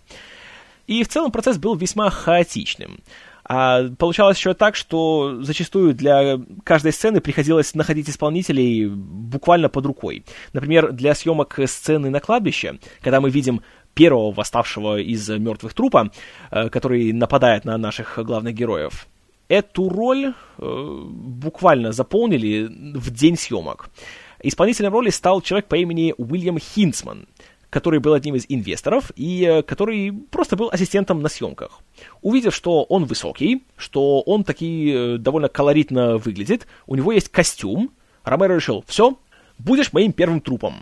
A: И в целом процесс был весьма хаотичным. А получалось еще так, что зачастую для каждой сцены приходилось находить исполнителей буквально под рукой. Например, для съемок сцены на кладбище, когда мы видим первого восставшего из мертвых трупа, который нападает на наших главных героев, эту роль э, буквально заполнили в день съемок. Исполнителем роли стал человек по имени Уильям Хинцман, который был одним из инвесторов и э, который просто был ассистентом на съемках. Увидев, что он высокий, что он таки э, довольно колоритно выглядит, у него есть костюм, Ромеро решил: все, будешь моим первым трупом.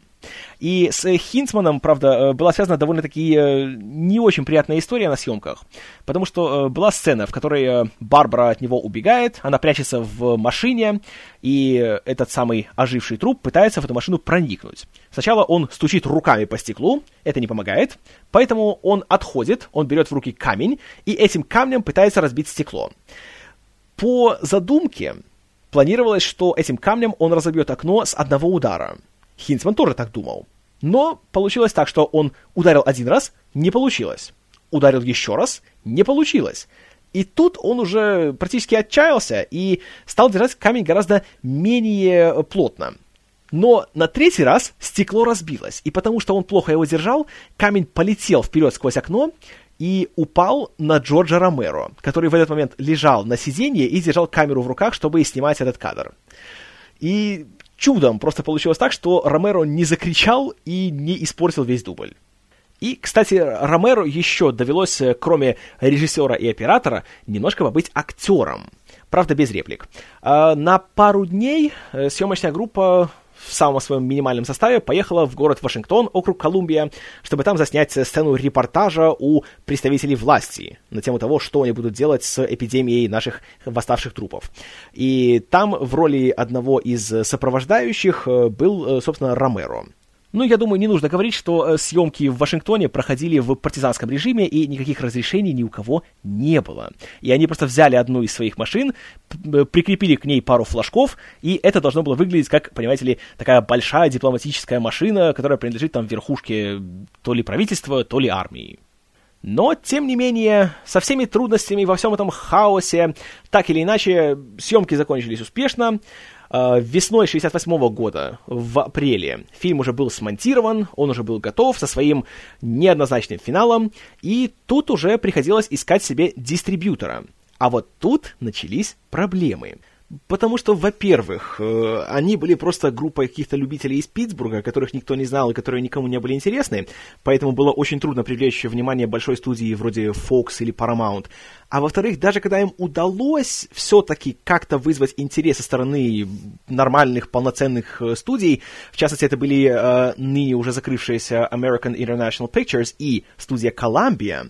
A: И с Хинцманом, правда, была связана довольно-таки не очень приятная история на съемках, потому что была сцена, в которой Барбара от него убегает, она прячется в машине, и этот самый оживший труп пытается в эту машину проникнуть. Сначала он стучит руками по стеклу, это не помогает, поэтому он отходит, он берет в руки камень, и этим камнем пытается разбить стекло. По задумке планировалось, что этим камнем он разобьет окно с одного удара. Хинцман тоже так думал. Но получилось так, что он ударил один раз, не получилось. Ударил еще раз, не получилось. И тут он уже практически отчаялся и стал держать камень гораздо менее плотно. Но на третий раз стекло разбилось, и потому что он плохо его держал, камень полетел вперед сквозь окно и упал на Джорджа Ромеро, который в этот момент лежал на сиденье и держал камеру в руках, чтобы снимать этот кадр. И чудом просто получилось так, что Ромеро не закричал и не испортил весь дубль. И, кстати, Ромеро еще довелось, кроме режиссера и оператора, немножко побыть актером. Правда, без реплик. На пару дней съемочная группа в самом своем минимальном составе поехала в город Вашингтон, округ Колумбия, чтобы там заснять сцену репортажа у представителей власти на тему того, что они будут делать с эпидемией наших восставших трупов. И там в роли одного из сопровождающих был, собственно, Ромеро. Ну, я думаю, не нужно говорить, что съемки в Вашингтоне проходили в партизанском режиме, и никаких разрешений ни у кого не было. И они просто взяли одну из своих машин, прикрепили к ней пару флажков, и это должно было выглядеть как, понимаете ли, такая большая дипломатическая машина, которая принадлежит там верхушке то ли правительства, то ли армии. Но, тем не менее, со всеми трудностями во всем этом хаосе, так или иначе, съемки закончились успешно. Весной шестьдесят восьмого года, в апреле, фильм уже был смонтирован, он уже был готов со своим неоднозначным финалом, и тут уже приходилось искать себе дистрибьютора. А вот тут начались проблемы. Потому что, во-первых, они были просто группой каких-то любителей из Питтсбурга, которых никто не знал и которые никому не были интересны, поэтому было очень трудно привлечь внимание большой студии вроде Fox или Paramount. А во-вторых, даже когда им удалось все-таки как-то вызвать интерес со стороны нормальных, полноценных студий, в частности, это были э, ныне уже закрывшиеся American International Pictures и студия Columbia,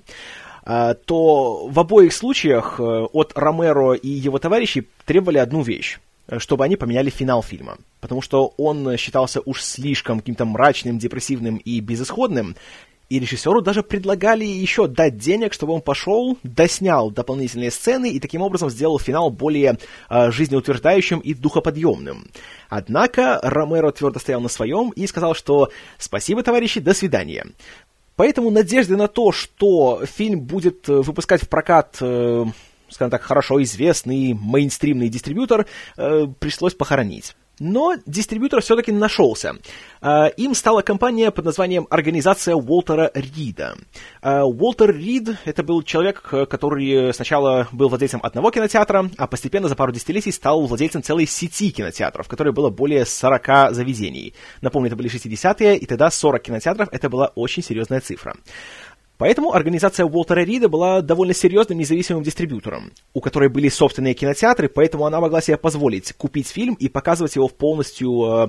A: то в обоих случаях от Ромеро и его товарищей требовали одну вещь, чтобы они поменяли финал фильма. Потому что он считался уж слишком каким-то мрачным, депрессивным и безысходным, и режиссеру даже предлагали еще дать денег, чтобы он пошел, доснял дополнительные сцены и таким образом сделал финал более э, жизнеутверждающим и духоподъемным. Однако Ромеро твердо стоял на своем и сказал, что «спасибо, товарищи, до свидания». Поэтому надежды на то, что фильм будет выпускать в прокат, э, скажем так, хорошо известный мейнстримный дистрибьютор, э, пришлось похоронить. Но дистрибьютор все-таки нашелся. Э, им стала компания под названием «Организация Уолтера Рида». Э, Уолтер Рид — это был человек, который сначала был владельцем одного кинотеатра, а постепенно за пару десятилетий стал владельцем целой сети кинотеатров, в которой было более сорока заведений. Напомню, это были шестидесятые, и тогда сорок кинотеатров — это была очень серьезная цифра. Поэтому организация Уолтера Рида была довольно серьезным независимым дистрибьютором, у которой были собственные кинотеатры, поэтому она могла себе позволить купить фильм и показывать его в полностью э,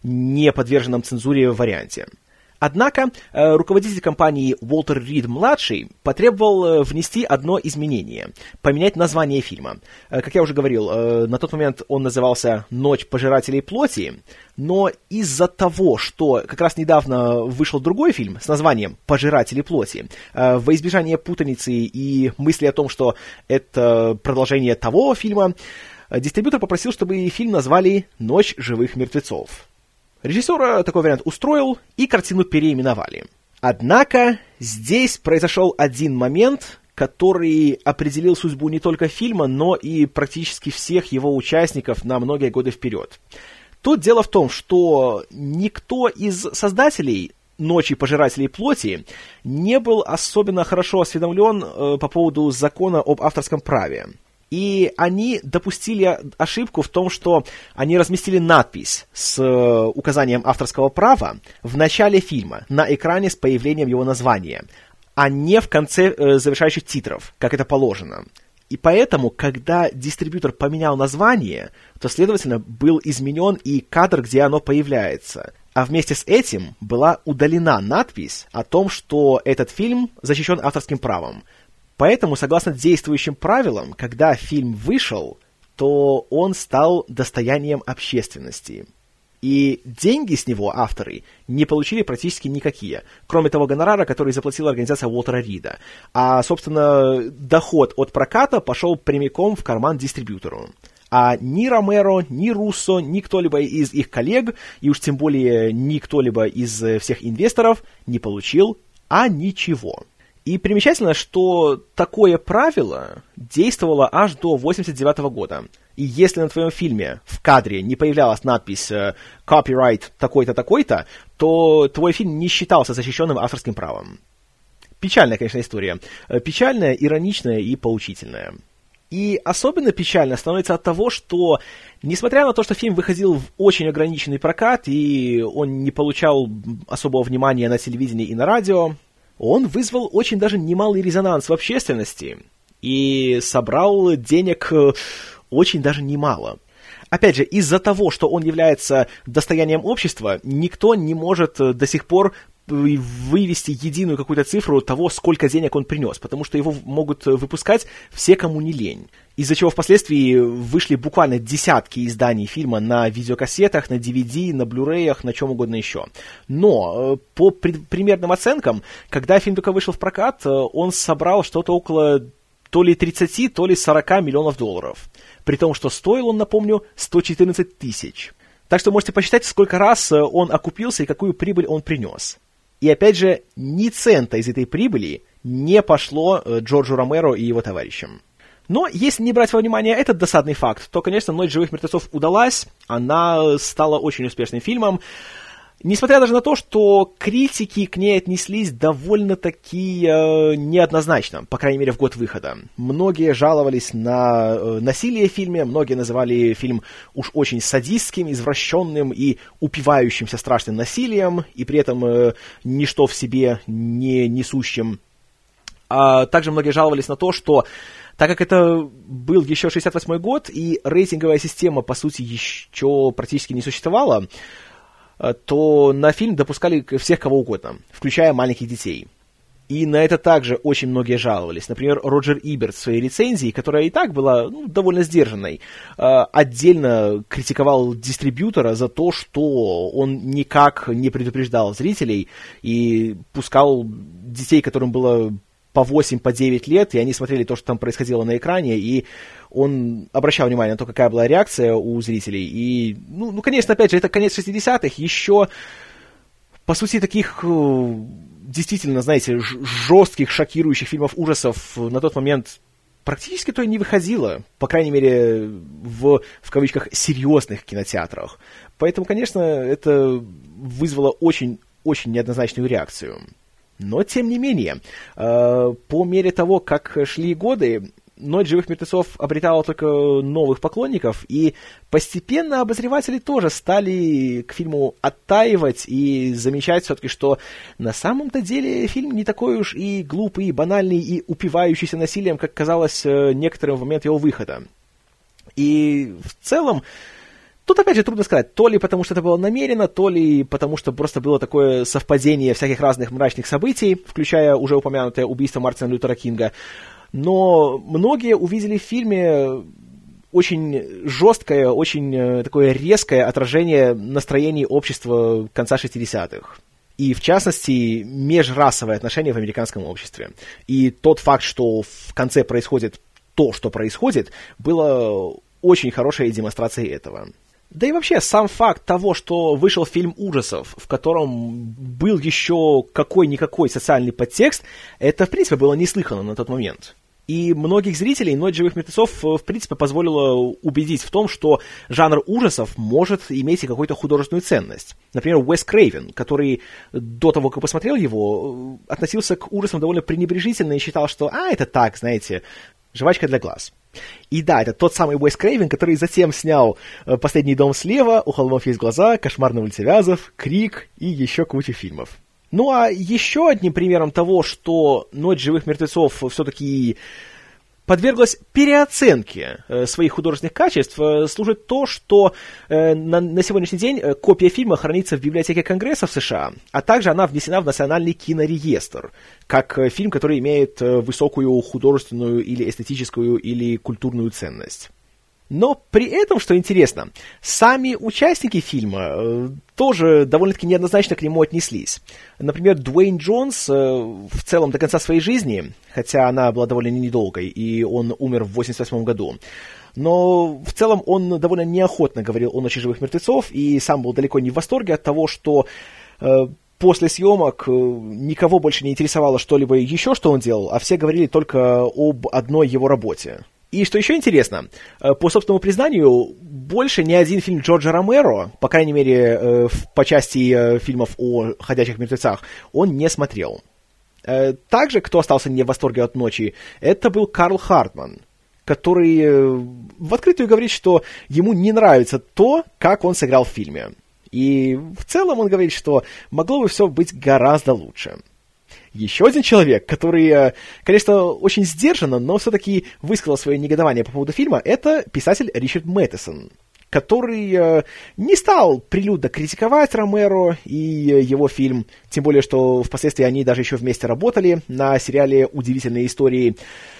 A: не подверженном цензуре варианте. Однако э, руководитель компании Уолтер Рид-младший потребовал э, внести одно изменение – поменять название фильма. Э, как я уже говорил, э, на тот момент он назывался «Ночь пожирателей плоти», но из-за того, что как раз недавно вышел другой фильм с названием «Пожиратели плоти», э, во избежание путаницы и мысли о том, что это продолжение того фильма, э, дистрибьютор попросил, чтобы фильм назвали «Ночь живых мертвецов». Режиссера такой вариант устроил, и картину переименовали. Однако здесь произошел один момент, который определил судьбу не только фильма, но и практически всех его участников на многие годы вперед. Тут дело в том, что никто из создателей «Ночи пожирателей плоти» не был особенно хорошо осведомлен э, по поводу закона об авторском праве. И они допустили ошибку в том, что они разместили надпись с указанием авторского права в начале фильма, на экране с появлением его названия, а не в конце э, завершающих титров, как это положено. И поэтому, когда дистрибьютор поменял название, то, следовательно, был изменен и кадр, где оно появляется. А вместе с этим была удалена надпись о том, что этот фильм защищен авторским правом. Поэтому, согласно действующим правилам, когда фильм вышел, то он стал достоянием общественности. И деньги с него авторы не получили практически никакие, кроме того гонорара, который заплатила организация Уолтера Рида. А, собственно, доход от проката пошел прямиком в карман дистрибьютору. А ни Ромеро, ни Руссо, ни кто-либо из их коллег, и уж тем более ни кто-либо из всех инвесторов не получил а ничего. И примечательно, что такое правило действовало аж до восемьдесят девятого года. И если на твоем фильме в кадре не появлялась надпись «Copyright такой-то, такой-то», то твой фильм не считался защищенным авторским правом. Печальная, конечно, история. Печальная, ироничная и поучительная. И особенно печально становится от того, что, несмотря на то, что фильм выходил в очень ограниченный прокат, и он не получал особого внимания на телевидении и на радио, он вызвал очень даже немалый резонанс в общественности и собрал денег очень даже немало. Опять же, из-за того, что он является достоянием общества, никто не может до сих пор вывести единую какую-то цифру того, сколько денег он принес, потому что его могут выпускать все, кому не лень. Из-за чего впоследствии вышли буквально десятки изданий фильма на видеокассетах, на ди ви ди, на блюреях, на чем угодно еще. Но по при- примерным оценкам, когда фильм только вышел в прокат, он собрал что-то около то ли тридцать, то ли сорок миллионов долларов. При том, что стоил он, напомню, сто четырнадцать тысяч. Так что можете посчитать, сколько раз он окупился и какую прибыль он принес. И опять же, ни цента из этой прибыли не пошло Джорджу Ромеро и его товарищам. Но если не брать во внимание этот досадный факт, то, конечно, «Ночь живых мертвецов» удалась, она стала очень успешным фильмом. Несмотря даже на то, что критики к ней отнеслись довольно-таки э, неоднозначно, по крайней мере, в год выхода. Многие жаловались на э, насилие в фильме, многие называли фильм уж очень садистским, извращенным и упивающимся страшным насилием, и при этом э, ничто в себе не несущим. А также многие жаловались на то, что так как это был еще шестьдесят восьмой год, и рейтинговая система, по сути, еще практически не существовала, то на фильм допускали всех кого угодно, включая маленьких детей. И на это также очень многие жаловались. Например, Роджер Иберт в своей рецензии, которая и так была ну, довольно сдержанной, отдельно критиковал дистрибьютора за то, что он никак не предупреждал зрителей и пускал детей, которым было по восемь, по девять лет, и они смотрели то, что там происходило на экране, и он обращал внимание на то, какая была реакция у зрителей. И, ну, ну конечно, опять же, это конец шестидесятых, еще, по сути, таких действительно, знаете, жестких, шокирующих фильмов ужасов на тот момент практически то и не выходило, по крайней мере, в, в кавычках, серьезных кинотеатрах. Поэтому, конечно, это вызвало очень-очень неоднозначную реакцию. Но, тем не менее, э, по мере того, как шли годы, «Ночь живых мертвецов» обретала только новых поклонников, и постепенно обозреватели тоже стали к фильму оттаивать и замечать все-таки, что на самом-то деле фильм не такой уж и глупый, и банальный, и упивающийся насилием, как казалось некоторым в момент его выхода. И в целом, тут, опять же, трудно сказать, то ли потому, что это было намеренно, то ли потому, что просто было такое совпадение всяких разных мрачных событий, включая уже упомянутое убийство Мартина Лютера Кинга. Но многие увидели в фильме очень жесткое, очень такое резкое отражение настроений общества конца шестидесятых. И, в частности, межрасовые отношения в американском обществе. И тот факт, что в конце происходит то, что происходит, было очень хорошей демонстрацией этого. Да и вообще, сам факт того, что вышел фильм ужасов, в котором был еще какой-никакой социальный подтекст, это, в принципе, было неслыханно на тот момент. И многих зрителей «Ночь живых мертвецов», в принципе, позволило убедить в том, что жанр ужасов может иметь и какую-то художественную ценность. Например, Уэс Крейвен, который до того, как посмотрел его, относился к ужасам довольно пренебрежительно и считал, что «а, это так, знаете, жвачка для глаз». И да, это тот самый Уэс Крейвен, который затем снял «Последний дом слева», «У холмов есть глаза», «Кошмар на улице Вязов», «Крик» и еще кучу фильмов. Ну а еще одним примером того, что «Ночь живых мертвецов» все-таки подверглась переоценке э, своих художественных качеств, э, служит то, что э, на, на сегодняшний день э, копия фильма хранится в библиотеке Конгресса в США, а также она внесена в Национальный кинореестр, как э, фильм, который имеет э, высокую художественную или эстетическую или культурную ценность. Но при этом, что интересно, сами участники фильма э, тоже довольно-таки неоднозначно к нему отнеслись. Например, Дуэйн Джонс э, в целом до конца своей жизни, хотя она была довольно недолгой, и он умер в восемьдесят восьмом году, но в целом он довольно неохотно говорил о «Ночи живых мертвецов», и сам был далеко не в восторге от того, что э, после съемок э, никого больше не интересовало что-либо еще, что он делал, а все говорили только об одной его работе. И что еще интересно, по собственному признанию, больше ни один фильм Джорджа Ромеро, по крайней мере, по части фильмов о ходячих мертвецах, он не смотрел. Также, кто остался не в восторге от «Ночи», это был Карл Хартман, который в открытую говорит, что ему не нравится то, как он сыграл в фильме. И в целом он говорит, что могло бы все быть гораздо лучше. Еще один человек, который, конечно, очень сдержанно, но все-таки высказал свое негодование по поводу фильма, это писатель Ричард Мэттесон, который э, не стал прилюдно критиковать Ромеро и его фильм, тем более, что впоследствии они даже еще вместе работали на сериале «Удивительные истории».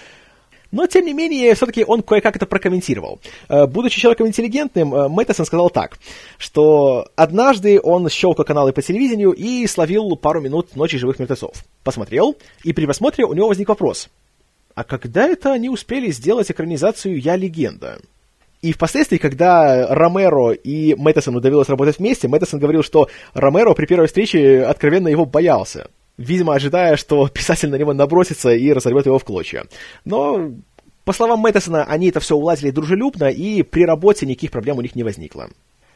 A: Но, тем не менее, все-таки он кое-как это прокомментировал. Будучи человеком интеллигентным, Мэттесон сказал так, что однажды он щелкал каналы по телевидению и словил пару минут «Ночи живых мертвецов». Посмотрел, и при просмотре у него возник вопрос. А когда это они успели сделать экранизацию «Я легенда»? И впоследствии, когда Ромеро и Мэттесону довелось работать вместе, Мэттесон говорил, что Ромеро при первой встрече откровенно его боялся. Видимо, ожидая, что писатель на него набросится и разорвет его в клочья. Но, по словам Мэттесона, они это все уладили дружелюбно, и при работе никаких проблем у них не возникло.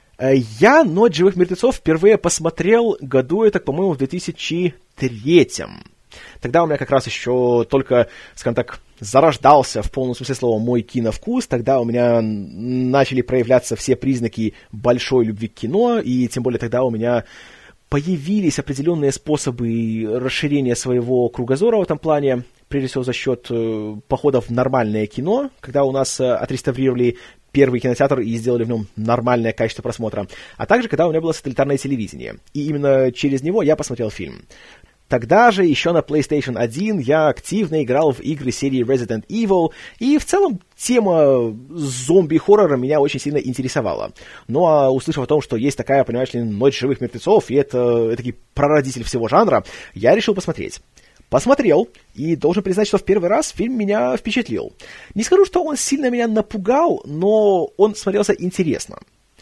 A: Я «Ночь живых мертвецов» впервые посмотрел году, это, по-моему, в две тысячи третьем. Тогда у меня как раз еще только, скажем так, зарождался в полном смысле слова мой киновкус, тогда у меня начали проявляться все признаки большой любви к кино, и тем более тогда у меня появились определенные способы расширения своего кругозора в этом плане, прежде всего за счет э, походов в нормальное кино, когда у нас э, отреставрировали первый кинотеатр и сделали в нем нормальное качество просмотра, а также когда у меня было сателлитарное телевидение. И именно через него я посмотрел фильм. Тогда же, еще на PlayStation один, я активно играл в игры серии Resident Evil, и в целом тема зомби-хоррора меня очень сильно интересовала. Ну а услышав о том, что есть такая, понимаешь ли, «Ночь живых мертвецов», и это, это такой прародитель всего жанра, я решил посмотреть. Посмотрел, и должен признать, что в первый раз фильм меня впечатлил. Не скажу, что он сильно меня напугал, но он смотрелся интересно.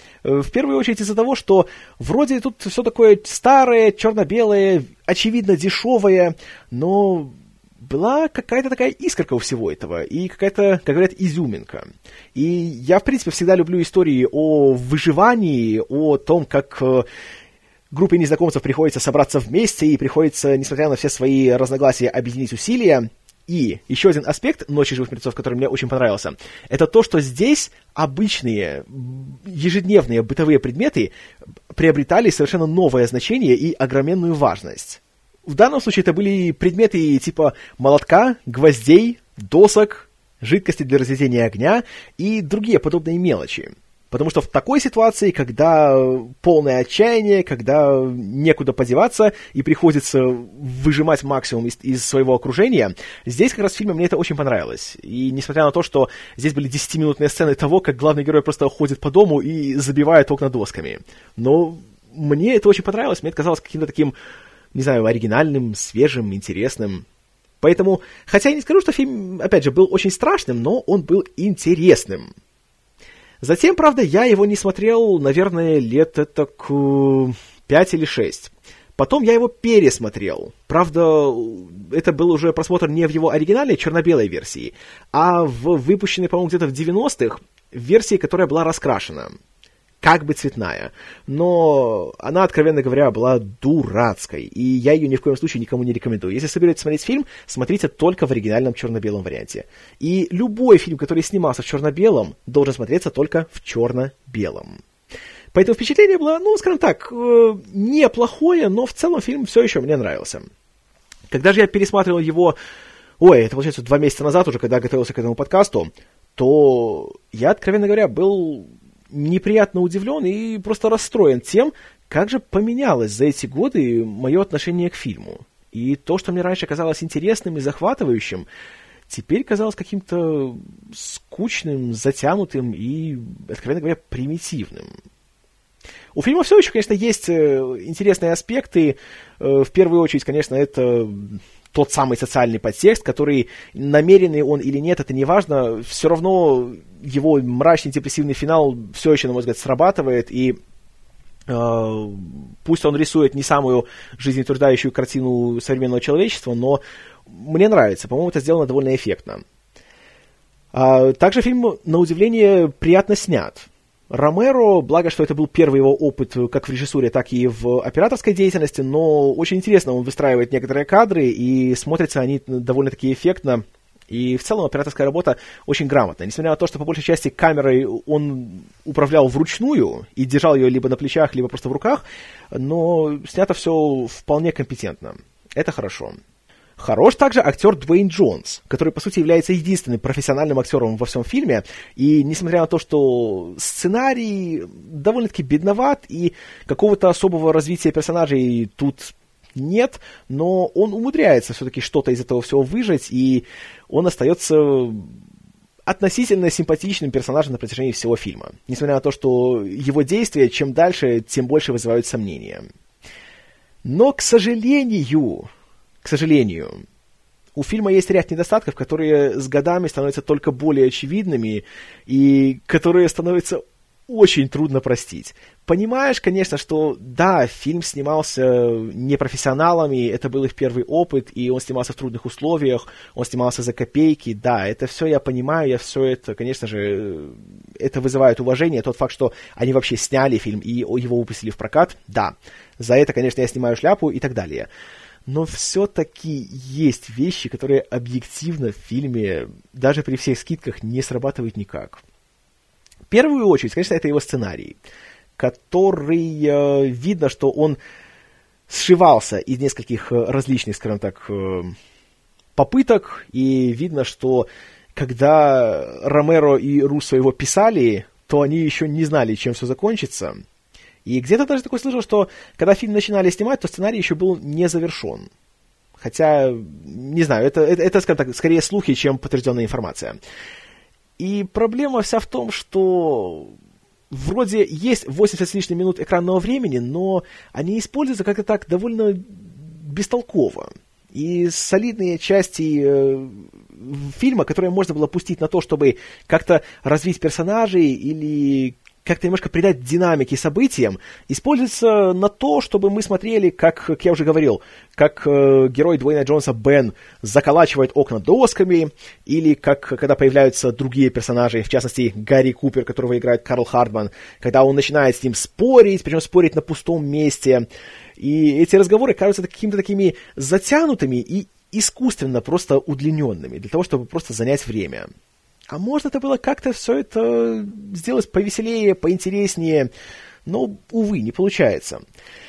A: В первую очередь из-за того, что вроде тут все такое старое, черно-белое, очевидно дешевое, но была какая-то такая искорка у всего этого, и какая-то, как говорят, изюминка. И я, в принципе, всегда люблю истории о выживании, о том, как группе незнакомцев приходится собраться вместе, и приходится, несмотря на все свои разногласия, объединить усилия. И еще один аспект «Ночи живых мертвецов», который мне очень понравился, это то, что здесь обычные, ежедневные бытовые предметы приобретали совершенно новое значение и огроменную важность. В данном случае это были предметы типа молотка, гвоздей, досок, жидкости для разведения огня и другие подобные мелочи. Потому что в такой ситуации, когда полное отчаяние, когда некуда подеваться и приходится выжимать максимум из, из своего окружения, здесь как раз в фильме мне это очень понравилось. И несмотря на то, что здесь были десятиминутные сцены того, как главный герой просто ходит по дому и забивает окна досками. Но мне это очень понравилось, мне это казалось каким-то таким, не знаю, оригинальным, свежим, интересным. Поэтому, хотя я не скажу, что фильм, опять же, был очень страшным, но он был интересным. Затем, правда, я его не смотрел, наверное, лет это к пять или шесть. Потом я его пересмотрел. Правда, это был уже просмотр не в его оригинальной черно-белой версии, а в выпущенной, по-моему, где-то в девяностых версии, которая была раскрашена. Как бы цветная. Но она, откровенно говоря, была дурацкой. И я ее ни в коем случае никому не рекомендую. Если собираетесь смотреть фильм, смотрите только в оригинальном черно-белом варианте. И любой фильм, который снимался в черно-белом, должен смотреться только в черно-белом. Поэтому впечатление было, ну, скажем так, неплохое, но в целом фильм все еще мне нравился. Когда же я пересматривал его, ой, это получается два месяца назад уже, когда готовился к этому подкасту, то я, откровенно говоря, был неприятно удивлен и просто расстроен тем, как же поменялось за эти годы мое отношение к фильму. И то, что мне раньше казалось интересным и захватывающим, теперь казалось каким-то скучным, затянутым и, откровенно говоря, примитивным. У фильма все еще, конечно, есть интересные аспекты. В первую очередь, конечно, это тот самый социальный подтекст, который, намеренный он или нет, это не важно, все равно его мрачный депрессивный финал все еще, на мой взгляд, срабатывает, и э, пусть он рисует не самую жизнеутверждающую картину современного человечества, но мне нравится, по-моему, это сделано довольно эффектно. А, также фильм, на удивление, приятно снят. Ромеро, благо, что это был первый его опыт как в режиссуре, так и в операторской деятельности, но очень интересно, он выстраивает некоторые кадры, и смотрятся они довольно-таки эффектно, и в целом операторская работа очень грамотная. Несмотря на то, что по большей части камерой он управлял вручную и держал ее либо на плечах, либо просто в руках, но снято все вполне компетентно. Это хорошо. Хорош также актер Дуэйн Джонс, который, по сути, является единственным профессиональным актером во всем фильме, и несмотря на то, что сценарий довольно-таки бедноват, и какого-то особого развития персонажей тут нет, но он умудряется все-таки что-то из этого всего выжать, и он остается относительно симпатичным персонажем на протяжении всего фильма, несмотря на то, что его действия чем дальше, тем больше вызывают сомнения. Но, к сожалению... К сожалению, у фильма есть ряд недостатков, которые с годами становятся только более очевидными и которые становятся очень трудно простить. Понимаешь, конечно, что да, фильм снимался непрофессионалами, это был их первый опыт, и он снимался в трудных условиях, он снимался за копейки, да, это все я понимаю, я все это, конечно же, это вызывает уважение, тот факт, что они вообще сняли фильм и его выпустили в прокат, да, за это, конечно, я снимаю шляпу и так далее. Но все-таки есть вещи, которые объективно в фильме, даже при всех скидках, не срабатывают никак. В первую очередь, конечно, это его сценарий, который, э, видно, что он сшивался из нескольких различных, скажем так, э, попыток, и видно, что когда Ромеро и Руссо его писали, то они еще не знали, чем все закончится. И где-то даже такое слышал, что когда фильм начинали снимать, то сценарий еще был не завершен. Хотя, не знаю, это, это, это скажем так, скорее слухи, чем подтвержденная информация. И проблема вся в том, что вроде есть восемьдесят с лишним минут экранного времени, но они используются как-то так довольно бестолково. И солидные части э, фильма, которые можно было пустить на то, чтобы как-то развить персонажей или как-то немножко придать динамики событиям, используется на то, чтобы мы смотрели, как, как я уже говорил, как э, герой Дуэйна Джонса Бен заколачивает окна досками, или как когда появляются другие персонажи, в частности, Гарри Купер, которого играет Карл Хардман, когда он начинает с ним спорить, причем спорить на пустом месте. И эти разговоры кажутся какими-то такими затянутыми и искусственно просто удлиненными, для того, чтобы просто занять время. А можно это было как-то все это сделать повеселее, поинтереснее, но, увы, не получается.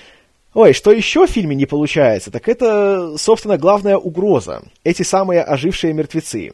A: Ой, что еще в фильме не получается, так это, собственно, главная угроза. Эти самые ожившие мертвецы.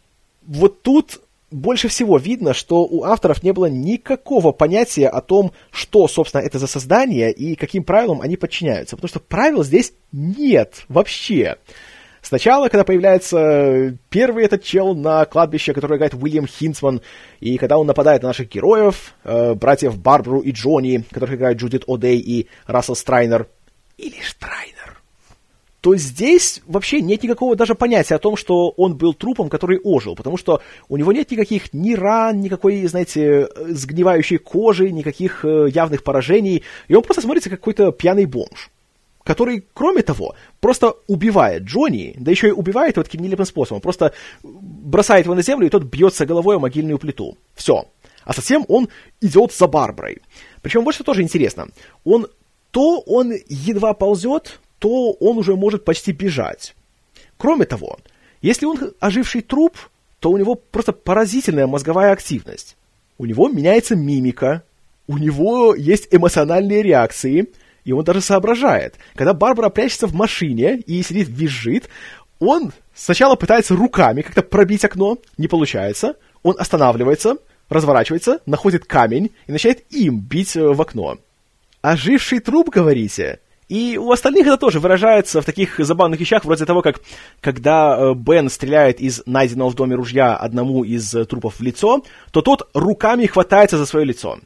A: Вот тут больше всего видно, что у авторов не было никакого понятия о том, что, собственно, это за создание и каким правилам они подчиняются. Потому что правил здесь нет вообще. Сначала, когда появляется первый этот чел на кладбище, который играет Уильям Хинцман, и когда он нападает на наших героев, э, братьев Барбару и Джонни, которых играют Джудит О'Дей и Рассел Страйнер, или Штрайнер, то здесь вообще нет никакого даже понятия о том, что он был трупом, который ожил, потому что у него нет никаких ни ран, никакой, знаете, сгнивающей кожи, никаких э, явных поражений, и он просто смотрится как какой-то пьяный бомж, который, кроме того, просто убивает Джонни, да еще и убивает его таким нелепым способом, просто бросает его на землю, и тот бьется головой о могильную плиту. Все. А затем он идет за Барбарой. Причем вот что тоже интересно. Он то он едва ползет, то он уже может почти бежать. Кроме того, если он оживший труп, то у него просто поразительная мозговая активность. У него меняется мимика, у него есть эмоциональные реакции, и он даже соображает. Когда Барбара прячется в машине и сидит, визжит, он сначала пытается руками как-то пробить окно, не получается. Он останавливается, разворачивается, находит камень и начинает им бить в окно. Оживший труп, говорите? И у остальных это тоже выражается в таких забавных вещах, вроде того, как когда Бен стреляет из найденного в доме ружья одному из трупов в лицо, то тот руками хватается за свое лицо.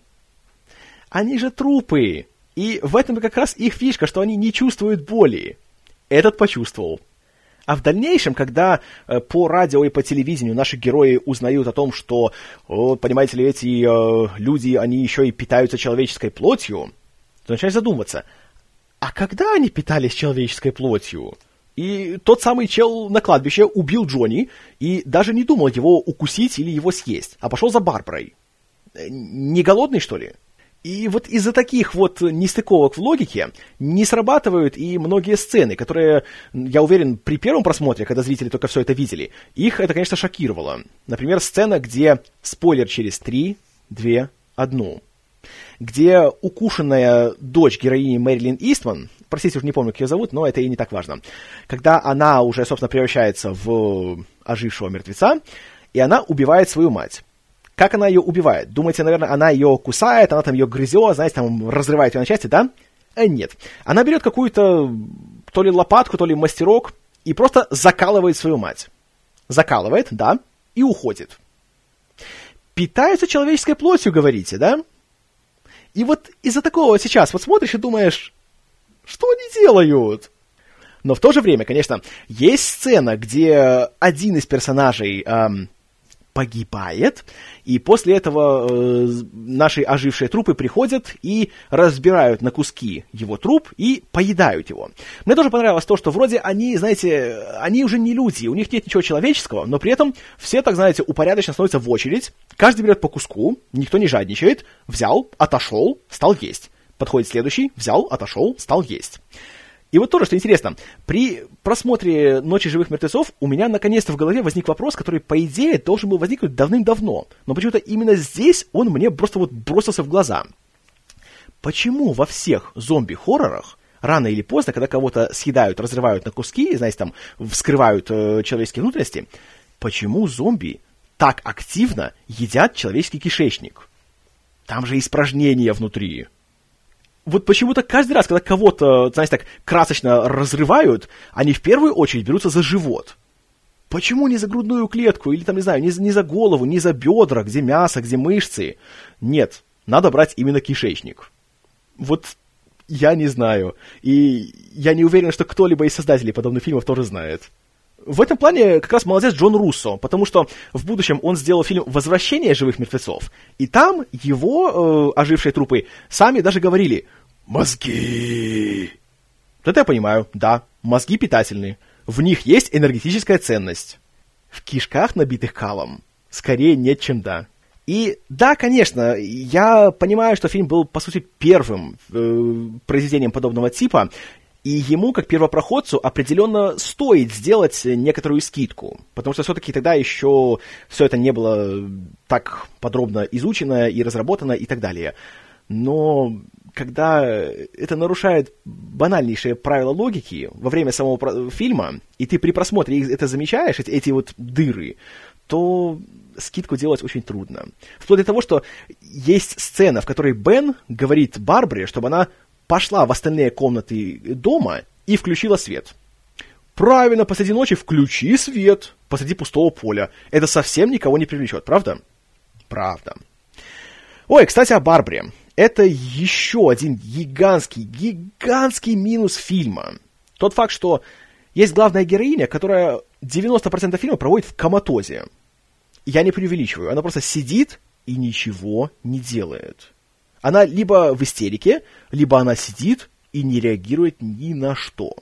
A: Они же трупы. И в этом как раз их фишка, что они не чувствуют боли. Этот почувствовал. А в дальнейшем, когда э, по радио и по телевидению наши герои узнают о том, что, о, понимаете ли, эти э, люди, они еще и питаются человеческой плотью, то начинаешь задумываться, а когда они питались человеческой плотью? И тот самый чел на кладбище убил Джонни и даже не думал его укусить или его съесть, а пошел за Барбарой. Не голодный, что ли? И вот из-за таких вот нестыковок в логике не срабатывают и многие сцены, которые, я уверен, при первом просмотре, когда зрители только все это видели, их это, конечно, шокировало. Например, сцена, где, спойлер, через три, две, одну, где укушенная дочь героини Мэрилин Истван, простите, уже не помню, как ее зовут, но это и не так важно. Когда она уже, собственно, превращается в ожившего мертвеца, и она убивает свою мать. Как она ее убивает? Думаете, наверное, она ее кусает, она там ее грызет, знаете, там разрывает ее на части, да? Э, нет. Она берет какую-то то ли лопатку, то ли мастерок и просто закалывает свою мать. Закалывает, да, и уходит. Питаются человеческой плотью, говорите, да? И вот из-за такого сейчас вот смотришь и думаешь, что они делают? Но в то же время, конечно, есть сцена, где один из персонажей эм, погибает, и после этого э, наши ожившие трупы приходят и разбирают на куски его труп и поедают его. Мне тоже понравилось то, что вроде они, знаете, они уже не люди, у них нет ничего человеческого, но при этом все, так знаете, упорядоченно становятся в очередь, каждый берет по куску, никто не жадничает, взял, отошел, стал есть. Подходит следующий, взял, отошел, стал есть. И вот тоже, что интересно, при просмотре «Ночи живых мертвецов» у меня наконец-то в голове возник вопрос, который, по идее, должен был возникнуть давным-давно. Но почему-то именно здесь он мне просто вот бросился в глаза. Почему во всех зомби-хоррорах рано или поздно, когда кого-то съедают, разрывают на куски, знаете, там, вскрывают э, человеческие внутренности, почему зомби так активно едят человеческий кишечник? Там же испражнения внутри. Вот почему-то каждый раз, когда кого-то, знаете, так красочно разрывают, они в первую очередь берутся за живот. Почему не за грудную клетку, или там, не знаю, не за, не за голову, не за бедра, где мясо, где мышцы? Нет, надо брать именно кишечник. Вот я не знаю. И я не уверен, что кто-либо из создателей подобных фильмов тоже знает. В этом плане как раз молодец Джон Руссо, потому что в будущем он сделал фильм «Возвращение живых мертвецов», и там его э, ожившие трупы сами даже говорили «мозги». Это я понимаю, да, мозги питательны, в них есть энергетическая ценность. В кишках, набитых калом, скорее нет, чем да. И да, конечно, я понимаю, что фильм был, по сути, первым э, произведением подобного типа, и ему, как первопроходцу, определенно стоит сделать некоторую скидку, потому что все-таки тогда еще все это не было так подробно изучено и разработано и так далее. Но когда это нарушает банальнейшие правила логики во время самого фильма, и ты при просмотре это замечаешь, эти, эти вот дыры, то скидку делать очень трудно. Вплоть до того, что есть сцена, в которой Бен говорит Барбаре, чтобы она пошла в остальные комнаты дома и включила свет. Правильно, посреди ночи включи свет посреди пустого поля. Это совсем никого не привлечет, правда? Правда. Ой, кстати, о Барбаре. Это еще один гигантский, гигантский минус фильма. Тот факт, что есть главная героиня, которая девяносто процентов фильма проводит в коматозе. Я не преувеличиваю. Она просто сидит и ничего не делает. Она либо в истерике, либо она сидит и не реагирует ни на что.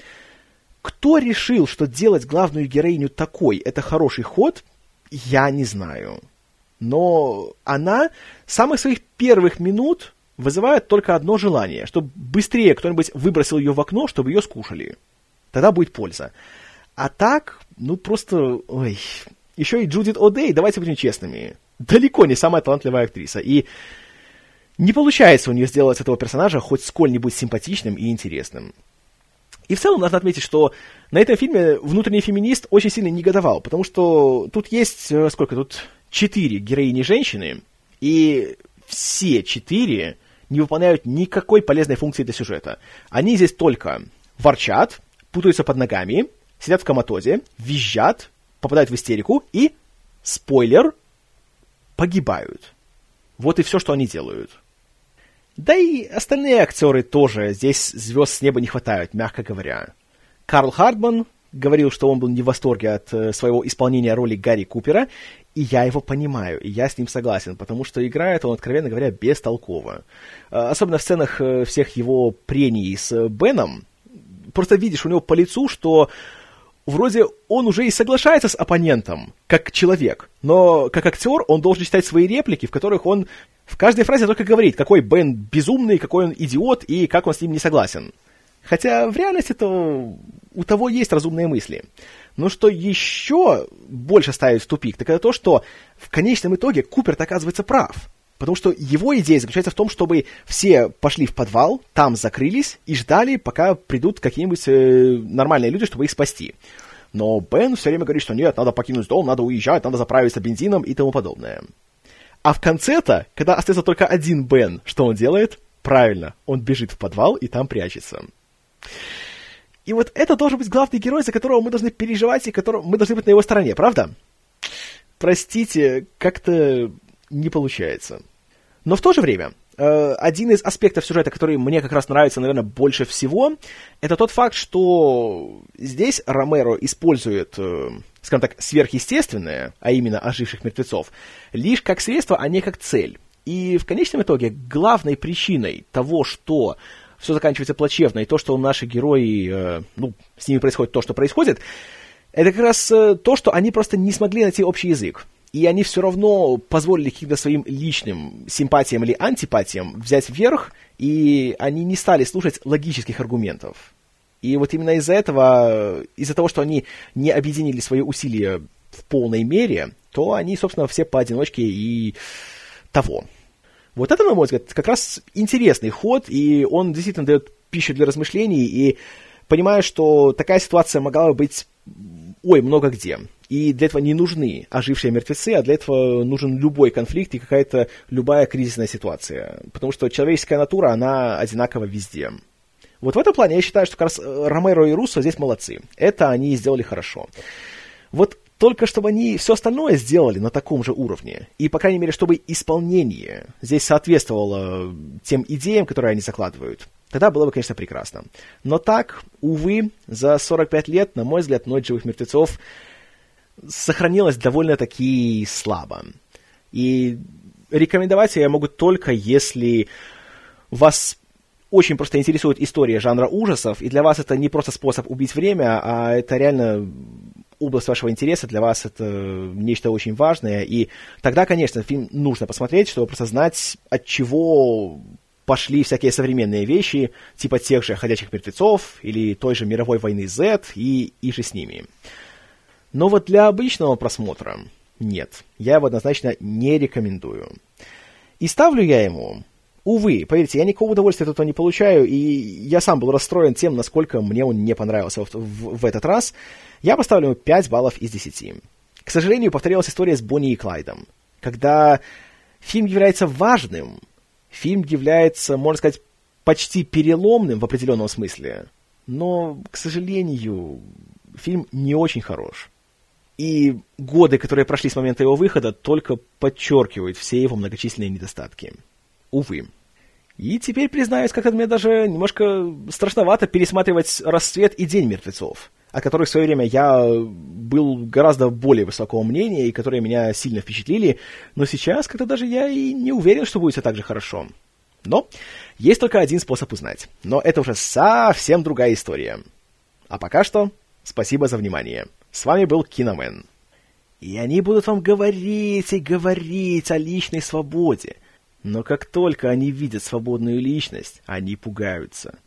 A: Кто решил, что делать главную героиню такой – это хороший ход, я не знаю. Но она с самых своих первых минут вызывает только одно желание, чтобы быстрее кто-нибудь выбросил ее в окно, чтобы ее скушали. Тогда будет польза. А так, ну просто, ой, еще и Джудит О'Дей, давайте будем честными, далеко не самая талантливая актриса. И не получается у нее сделать этого персонажа хоть сколь-нибудь симпатичным и интересным. И в целом нужно отметить, что на этом фильме внутренний феминист очень сильно негодовал, потому что тут есть, сколько тут, четыре героини женщины, и все четыре не выполняют никакой полезной функции для сюжета. Они здесь только ворчат, путаются под ногами, сидят в коматозе, визжат, попадают в истерику и, спойлер, погибают. Вот и все, что они делают. Да и остальные актеры тоже, здесь звезд с неба не хватает, мягко говоря. Карл Хардман говорил, что он был не в восторге от э, своего исполнения роли Гарри Купера, и я его понимаю, и я с ним согласен, потому что играет он, откровенно говоря, бестолково. Э, особенно в сценах э, всех его прений с э, Беном, просто видишь у него по лицу, что вроде он уже и соглашается с оппонентом, как человек, но как актер он должен читать свои реплики, в которых он в каждой фразе только говорит, какой Бен безумный, какой он идиот и как он с ним не согласен. Хотя в реальности-то у того есть разумные мысли. Но что еще больше ставит в тупик, так это то, что в конечном итоге Купер оказывается прав. Потому что его идея заключается в том, чтобы все пошли в подвал, там закрылись и ждали, пока придут какие-нибудь э, нормальные люди, чтобы их спасти. Но Бен все время говорит, что нет, надо покинуть дом, надо уезжать, надо заправиться бензином и тому подобное. А в конце-то, когда остается только один Бен, что он делает? Правильно, он бежит в подвал и там прячется. И вот это должен быть главный герой, за которого мы должны переживать, и которого мы должны быть на его стороне, правда? Простите, как-то не получается. Но в то же время, э, один из аспектов сюжета, который мне как раз нравится, наверное, больше всего, это тот факт, что здесь Ромеро использует, э, скажем так, сверхъестественное, а именно оживших мертвецов, лишь как средство, а не как цель. И в конечном итоге главной причиной того, что все заканчивается плачевно, и то, что наши герои, э, ну, с ними происходит то, что происходит, это как раз э, то, что они просто не смогли найти общий язык. И они все равно позволили каким-то своим личным симпатиям или антипатиям взять вверх, и они не стали слушать логических аргументов. И вот именно из-за этого, из-за того, что они не объединили свои усилия в полной мере, то они, собственно, все поодиночке и того. Вот это, на мой взгляд, как раз интересный ход, и он действительно дает пищу для размышлений, и понимаю, что такая ситуация могла бы быть, ой, много где. И для этого не нужны ожившие мертвецы, а для этого нужен любой конфликт и какая-то любая кризисная ситуация. Потому что человеческая натура, она одинакова везде. Вот в этом плане я считаю, что как раз Ромеро и Руссо здесь молодцы. Это они сделали хорошо. Вот только чтобы они все остальное сделали на таком же уровне, и, по крайней мере, чтобы исполнение здесь соответствовало тем идеям, которые они закладывают, тогда было бы, конечно, прекрасно. Но так, увы, за сорок пять лет, на мой взгляд, «Ночь живых мертвецов» сохранилась довольно-таки слабо. И рекомендовать я могу только, если вас очень просто интересует история жанра ужасов, и для вас это не просто способ убить время, а это реально область вашего интереса, для вас это нечто очень важное, и тогда, конечно, фильм нужно посмотреть, чтобы просто знать, от чего пошли всякие современные вещи, типа тех же «Ходячих мертвецов» или той же «Мировой войны Z» и, и же с ними. Но вот для обычного просмотра нет, я его однозначно не рекомендую. И ставлю я ему, увы, поверьте, я никакого удовольствия от этого не получаю, и я сам был расстроен тем, насколько мне он не понравился в, в, в этот раз. Я поставлю ему пять баллов из десяти. К сожалению, повторилась история с Бонни и Клайдом. Когда фильм является важным, фильм является, можно сказать, почти переломным в определенном смысле, но, к сожалению, фильм не очень хорош. И годы, которые прошли с момента его выхода, только подчеркивают все его многочисленные недостатки. Увы. И теперь, признаюсь, как-то мне даже немножко страшновато пересматривать «Рассвет» и «День мертвецов», о которых в свое время я был гораздо более высокого мнения и которые меня сильно впечатлили, но сейчас как-то даже я и не уверен, что будет все так же хорошо. Но есть только один способ узнать. Но это уже совсем другая история. А пока что спасибо за внимание. С вами был Киномен. И они будут вам говорить и говорить о личной свободе. Но как только они видят свободную личность, они пугаются.